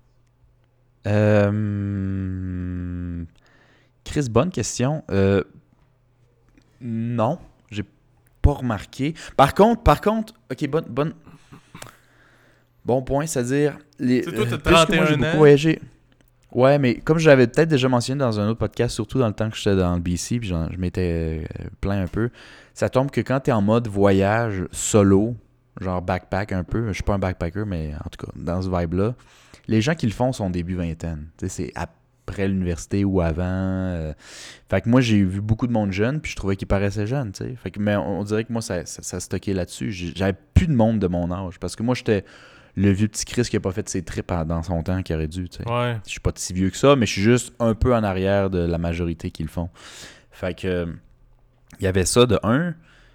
Euh. Chris, bonne question. Euh, non, j'ai pas remarqué. Par contre, par contre, ok, bonne, bonne, bon point, c'est-à-dire, les, c'est toi, t'as euh, trente et un moi, j'ai beaucoup voyagé. Ouais, mais comme j'avais peut-être déjà mentionné dans un autre podcast, surtout dans le temps que j'étais dans le B C, puis je m'étais plaint un peu, ça tombe que quand t'es en mode voyage solo, genre backpack un peu, je suis pas un backpacker, mais en tout cas, dans ce vibe-là, les gens qui le font sont début vingtaine. Tu sais, c'est à après l'université ou avant. Euh... Fait que moi, j'ai vu beaucoup de monde jeune, puis je trouvais qu'ils paraissaient jeunes, tu sais. Fait que, mais on, on dirait que moi, ça, ça, ça stockait là-dessus. J'ai, j'avais plus de monde de mon âge, parce que moi, j'étais le vieux petit Chris qui a pas fait ses trips dans son temps, qui aurait dû, tu sais. Ouais. Je suis pas si vieux que ça, mais je suis juste un peu en arrière de la majorité qui le font. Fait que, il euh, y avait ça de un.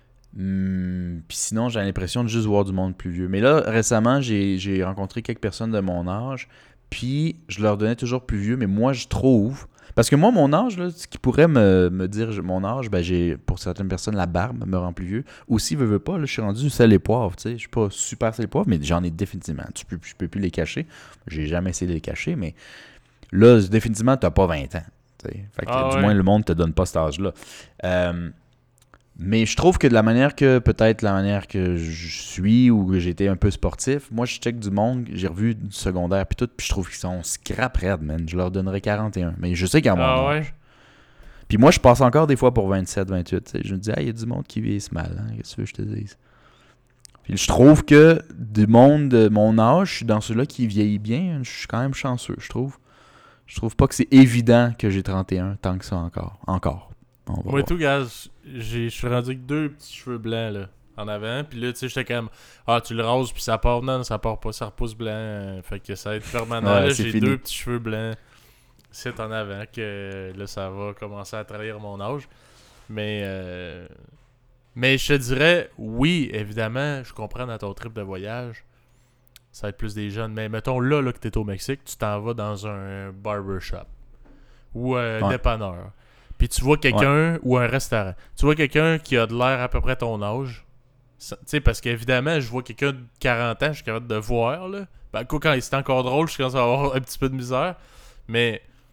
Hum, puis sinon, j'ai l'impression de juste voir du monde plus vieux. Mais là, récemment, j'ai, j'ai rencontré quelques personnes de mon âge. Puis, je leur donnais toujours plus vieux, mais moi, je trouve... Parce que moi, mon âge, là, ce qui pourrait me, me dire mon âge, ben j'ai, pour certaines personnes, la barbe me rend plus vieux. Aussi, veux, veux pas, là, je suis rendu sel et poivre, tu sais. Je suis pas super sel et poivre, mais j'en ai définitivement. Tu peux, je peux plus les cacher. J'ai jamais essayé de les cacher, mais là, définitivement, t'as pas vingt ans, tu sais. Fait que, ah, du ouais. moins, le monde te donne pas cet âge-là. Euh... Mais je trouve que de la manière que, peut-être la manière que je suis ou que j'étais un peu sportif, moi je check du monde, j'ai revu du secondaire puis tout, puis je trouve qu'ils sont scrap raides, man. Je leur donnerais quarante et un. Mais je sais qu'ils en ont ah, ouais. âge. Puis moi je passe encore des fois pour vingt-sept, vingt-huit. T'sais. Je me dis, ah, il y a du monde qui vieillisse mal, hein. Qu'est-ce que tu veux que je te dise? Puis je trouve que du monde de mon âge, je suis dans ceux-là qui vieillit bien, je suis quand même chanceux, je trouve. Je trouve pas que c'est évident que j'ai trente et un tant que ça encore. Encore. Moi et tout, gars, je suis rendu avec deux petits cheveux blancs là, en avant. Puis là, tu sais, j'étais comme, ah, tu le rases, puis ça part. Non, ça part pas, ça repousse blanc. Euh, fait que ça va être permanent. Ouais, là, j'ai fini. Deux petits cheveux blancs. C'est en avant que là, ça va commencer à trahir mon âge. Mais, euh, mais je te dirais, oui, évidemment, je comprends dans ton trip de voyage. Ça va être plus des jeunes. Mais mettons là, là que t'es au Mexique, tu t'en vas dans un barbershop ou un ouais. dépanneur. Puis tu vois quelqu'un, ouais. ou un restaurant, tu vois quelqu'un qui a de l'air à peu près ton âge. Tu sais, parce qu'évidemment, je vois quelqu'un de quarante ans, je suis capable de voir, là. Ben, quoi, quand c'est encore drôle, je commence à avoir un petit peu de misère. Mais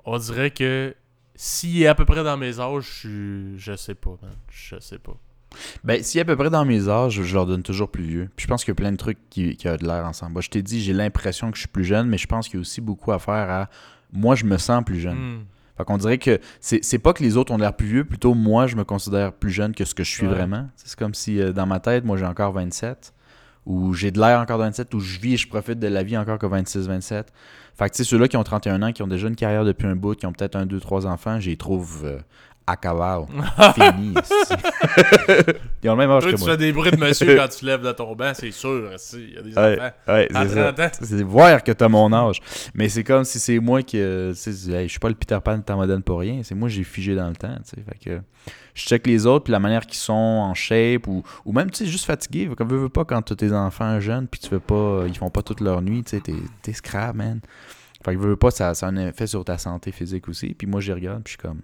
on dirait que s'il est à peu près dans mes âges, je, je sais pas, man. Je sais pas. Ben, si à peu près dans mes âges, je leur donne toujours plus vieux. Puis je pense qu'il y a plein de trucs qui, qui ont de l'air ensemble. Moi, je t'ai dit, j'ai l'impression que je suis plus jeune, mais je pense qu'il y a aussi beaucoup à faire à moi, je me sens plus jeune. Mm. Fait qu'on dirait que c'est, c'est pas que les autres ont l'air plus vieux, plutôt moi, je me considère plus jeune que ce que je suis Ouais. vraiment. C'est comme si euh, dans ma tête, moi, j'ai encore vingt-sept, ou j'ai de l'air encore de vingt-sept, ou je vis et je profite de la vie encore que vingt-six vingt-sept. Fait que tu sais, ceux-là qui ont trente et un ans, qui ont déjà une carrière depuis un bout, qui ont peut-être un, deux, trois enfants, j'y trouve euh, à cavale. Fini. Ils ont le même âge Toi, que tu moi. fais des bruits de monsieur quand tu lèves de ton banc, c'est sûr. Il y a des Ouais, enfants. ouais, À c'est ça. trente ans. C'est voir que t'as mon âge. Mais c'est comme si c'est moi qui. euh, tu sais, hey, je suis pas le Peter Pan de temps moderne pour rien. C'est moi, j'ai figé dans le temps. Tu sais. Fait que je check les autres, puis la manière qu'ils sont en shape, ou, ou même, tu sais, juste fatigué. Comme veux, veux pas quand t'as tes enfants jeunes, puis tu fais pas. Ils font pas toute leur nuit. Tu sais, t'es, t'es scrap, man. Fait que veux, veux pas, ça, ça a un effet sur ta santé physique aussi. Puis moi, j'y regarde, puis je suis comme.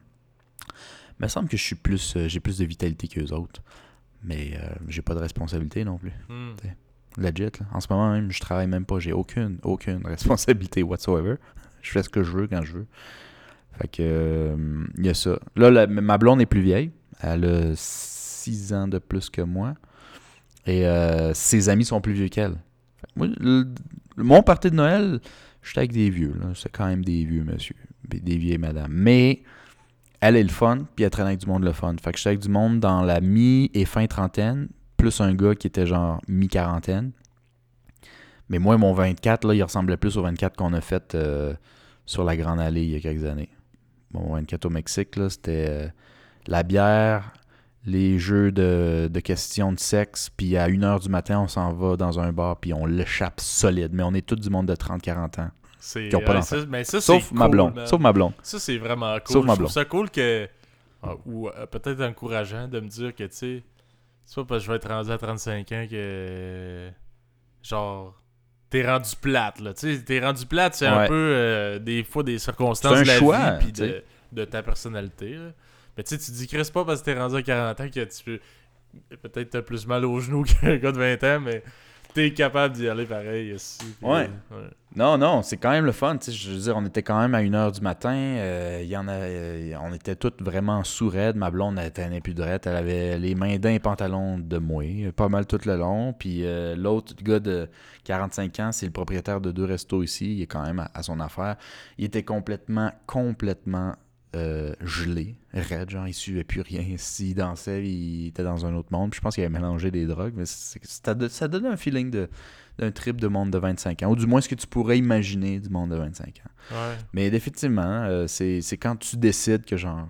Il me semble que je suis plus. euh, j'ai plus de vitalité qu'eux autres. Mais euh, j'ai pas de responsabilité non plus. Mm. Legit, là. En ce moment même, je travaille même pas. J'ai aucune, aucune responsabilité whatsoever. Je fais ce que je veux quand je veux. Fait que, euh, il y a ça. Là, la- ma blonde est plus vieille. Elle a six ans de plus que moi. Et euh, ses amis sont plus vieux qu'elle. Fait que moi, le- mon party de Noël, j'étais avec des vieux. Là. C'est quand même des vieux monsieur. Des vieilles madames. Mais elle est le fun, puis elle traîne avec du monde le fun. Fait que j'étais avec du monde dans la mi- et fin trentaine, plus un gars qui était genre mi-quarantaine. Mais moi, mon vingt-quatre, là, il ressemblait plus au vingt-quatre qu'on a fait euh, sur la Grande Allée il y a quelques années. Mon vingt-quatre au Mexique, là, c'était euh, la bière, les jeux de, de questions de sexe, puis à une heure du matin, on s'en va dans un bar, puis on l'échappe solide. Mais on est tous du monde de trente à quarante ans. C'est, Qui ont pas ouais, d'enfants. ça, mais ça, Sauf c'est ma cool, blonde. man. Sauf ma blonde. Ça, c'est vraiment cool. Sauf ma Je trouve blonde. ça cool que. ah, ou euh, peut-être encourageant de me dire que, tu sais, c'est pas parce que je vais être rendu à trente-cinq ans que. Genre. T'es rendu plate, là. Tu sais, t'es rendu plate, c'est un Ouais. peu des des fois des circonstances C'est un de la choix, vie puis tu sais. de, de ta personnalité. Là. Mais tu sais, tu dis, Chris, pas parce que t'es rendu à quarante ans que tu peux. Peut-être t'as plus mal aux genoux qu'un gars de vingt ans, mais t'es capable d'y aller pareil aussi. Puis, Ouais. euh, ouais. Non, non, c'est quand même le fun. Tu sais, je veux dire, on était quand même à une heure du matin. euh, il y en a, euh, on était toutes vraiment sous-raides. Ma blonde, elle était plus droite. Elle avait les mains dans les pantalons de moi, pas mal tout le long. Puis euh, l'autre gars de quarante-cinq ans, c'est le propriétaire de deux restos ici. Il est quand même à, à son affaire. Il était complètement, complètement euh, gelé, raide. Genre, il suivait plus rien. S'il dansait, il était dans un autre monde. Puis je pense qu'il avait mélangé des drogues. Mais c'est- c'est- ça donnait un feeling de d'un trip de monde de vingt-cinq ans. Ou du moins ce que tu pourrais imaginer du monde de vingt-cinq ans. Ouais. Mais définitivement, euh, c'est, c'est quand tu décides que genre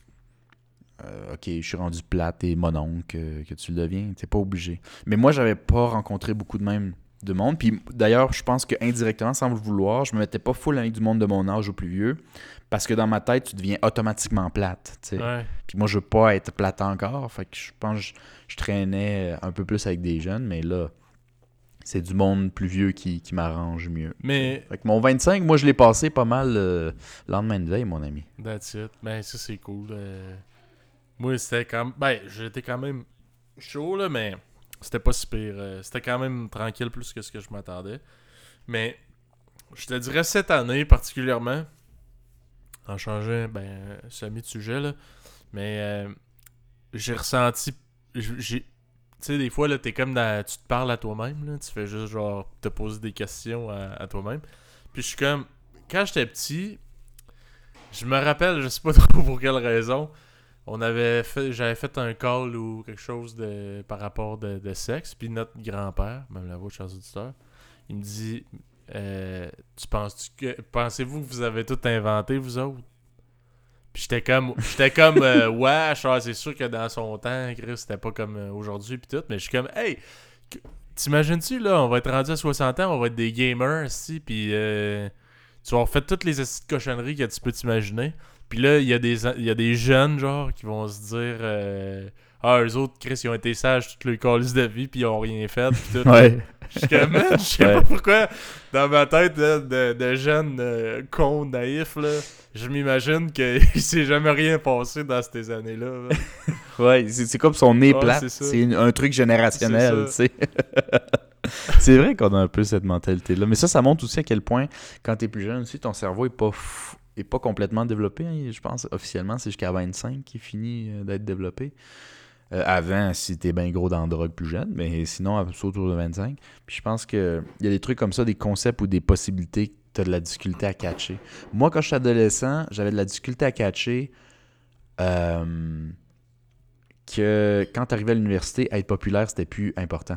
euh, ok, je suis rendu plate et mononcle que, que tu le deviens. T'es pas obligé. Mais moi, j'avais pas rencontré beaucoup de même de monde. Puis d'ailleurs, je pense que indirectement, sans le vouloir, je me mettais pas full avec du monde de mon âge ou plus vieux. Parce que dans ma tête, tu deviens automatiquement plate. tu sais. Ouais. Puis moi, je veux pas être plate encore. Fait que je pense que je, je traînais un peu plus avec des jeunes. Mais là, c'est du monde plus vieux qui, qui m'arrange mieux. Mais. Fait que mon vingt-cinq, moi, je l'ai passé pas mal euh, le lendemain de veille, mon ami. That's it. Ben, ça, c'est cool. Euh, Moi, c'était quand même. Ben, j'étais quand même chaud, là, mais c'était pas si pire. Euh, C'était quand même tranquille plus que ce que je m'attendais. Mais, je te dirais cette année particulièrement, en changeant, ben, semi de sujet, là, mais euh, j'ai ressenti. J'ai. Tu sais, des fois, là, t'es comme dans. Tu te parles à toi-même, là. Tu fais juste, genre, te poser des questions à, à toi-même. Puis je suis comme. Quand j'étais petit, je me rappelle, je sais pas trop pour quelle raison, on avait fait. J'avais fait un call ou quelque chose de par rapport de, de sexe. Puis notre grand-père, même la vôtre, chers auditeurs, il me dit euh, Tu penses que. Pensez-vous que vous avez tout inventé, vous autres? Puis j'étais comme, j'étais comme, euh, ouais, c'est sûr que dans son temps, Chris, c'était pas comme euh, aujourd'hui pis tout, mais je suis comme, hey, t'imagines-tu, là, on va être rendu à soixante ans, on va être des gamers, ici, pis euh, tu vas avoir fait toutes les astuces de cochonneries que tu peux t'imaginer. Puis là, il y, a des, il y a des jeunes, genre, qui vont se dire, euh, ah, eux autres, Chris, ils ont été sages toute leur calice de vie, pis ils ont rien fait, pis tout. Ouais. Je suis comme, man, je sais Ouais. pas pourquoi, dans ma tête là, de, de jeune euh, con naïf, là, je m'imagine qu'il s'est jamais rien passé dans ces années-là. là. Ouais, c'est, c'est comme son nez Ouais, plate. c'est ça. C'est une- un truc générationnel, tu C'est sais. C'est vrai qu'on a un peu cette mentalité-là. Mais ça, ça montre aussi à quel point, quand t'es plus jeune aussi, ton cerveau est pas f- est pas complètement développé. Hein. Je pense officiellement, c'est jusqu'à vingt-cinq qui finit euh, d'être développé. Euh, avant, si t'es bien gros dans la drogue plus jeune, mais sinon, c'est autour de vingt-cinq. Puis je pense qu'il y a des trucs comme ça, des concepts ou des possibilités que t'as de la difficulté à catcher. Moi, quand j'étais adolescent, j'avais de la difficulté à catcher euh, que quand t'arrivais à l'université, être populaire, c'était plus important.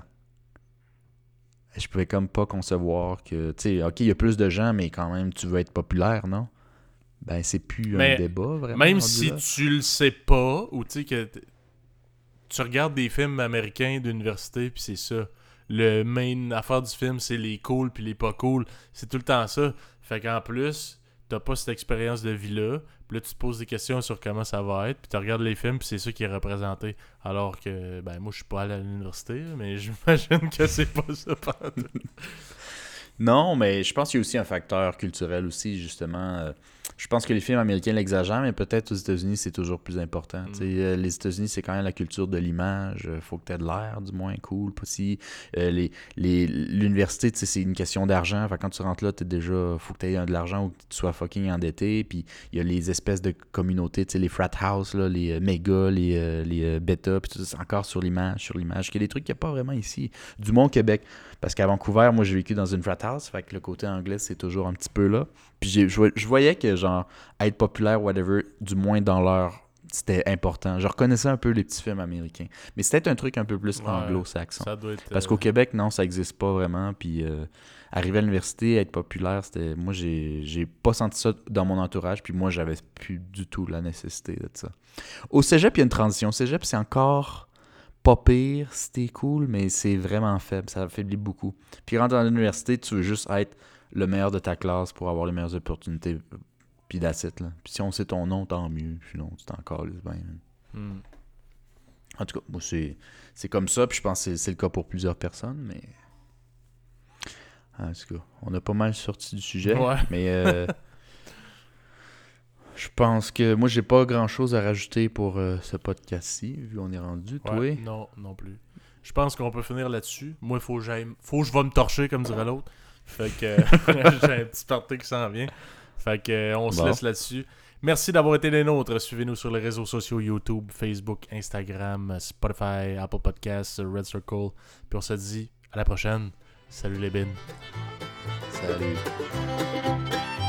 Je pouvais comme pas concevoir que, tu sais, OK, il y a plus de gens, mais quand même, tu veux être populaire, non? Ben, c'est plus Mais un débat, vraiment. même rendu si là. tu le sais pas, ou tu sais que t- tu regardes des films américains d'université, puis c'est ça. Le main affaire du film, c'est les cool puis les pas cool. C'est tout le temps ça. Fait qu'en plus, t'as pas cette expérience de vie-là. Puis là, tu te poses des questions sur comment ça va être. Puis tu regardes les films, puis c'est ça qui est représenté. Alors que, ben, moi, je suis pas allé à l'université, là, mais j'imagine que c'est pas ça pendant tout. Non, mais je pense qu'il y a aussi un facteur culturel aussi, justement. Euh, je pense que les films américains l'exagèrent, mais peut-être aux États-Unis, c'est toujours plus important. Mm. Tu sais, euh, les États-Unis, c'est quand même la culture de l'image. Euh, faut que tu aies de l'air, du moins, cool. Pas si, euh, les, les, l'université, tu sais, c'est une question d'argent. Fait que quand tu rentres là, t'es déjà, faut que tu aies de l'argent ou que tu sois fucking endetté. Puis il y a les espèces de communautés, tu sais, les frat house, là, les euh, méga, les, euh, les euh, bêta, puis tout ça, c'est encore sur l'image, sur l'image. Il y a des trucs qu'il n'y a pas vraiment ici. Du moins au Québec. Parce qu'à Vancouver, moi, j'ai vécu dans une frat house, fait que le côté anglais, c'est toujours un petit peu là. Puis j'ai, je, je voyais que, genre, être populaire, whatever, du moins dans leur... C'était important. Je reconnaissais un peu les petits films américains. Mais c'était un truc un peu plus Ouais, anglo-saxon. ça doit être. Parce euh, qu'au Québec, non, ça n'existe pas vraiment. Puis euh, arriver à l'université, être populaire, c'était... Moi, j'ai, j'ai pas senti ça dans mon entourage. Puis moi, j'avais plus du tout la nécessité de ça. Au cégep, il y a une transition. Au cégep, c'est encore... pas pire, c'était cool, mais c'est vraiment faible, ça affaiblit beaucoup. Puis rentre dans l'université, tu veux juste être le meilleur de ta classe pour avoir les meilleures opportunités, puis that's it, là. Puis si on sait ton nom, tant mieux, sinon tu t'en calisses bien. hmm. En tout cas, moi c'est, c'est comme ça, puis je pense que c'est, c'est le cas pour plusieurs personnes, mais... En tout cas, on a pas mal sorti du sujet, Ouais. mais... Euh... Je pense que moi, j'ai pas grand-chose à rajouter pour euh, ce podcast-ci, vu qu'on est rendu. Toi? Ouais, non, non plus. Je pense qu'on peut finir là-dessus. Moi, il faut que j'aille... Faut que je vais me torcher, comme dirait l'autre. Fait que euh, j'ai un petit party qui s'en vient. Fait que euh, on se Bon. laisse là-dessus. Merci d'avoir été les nôtres. Suivez-nous sur les réseaux sociaux YouTube, Facebook, Instagram, Spotify, Apple Podcasts, Red Circle. Puis on se dit à la prochaine. Salut les bins. Salut.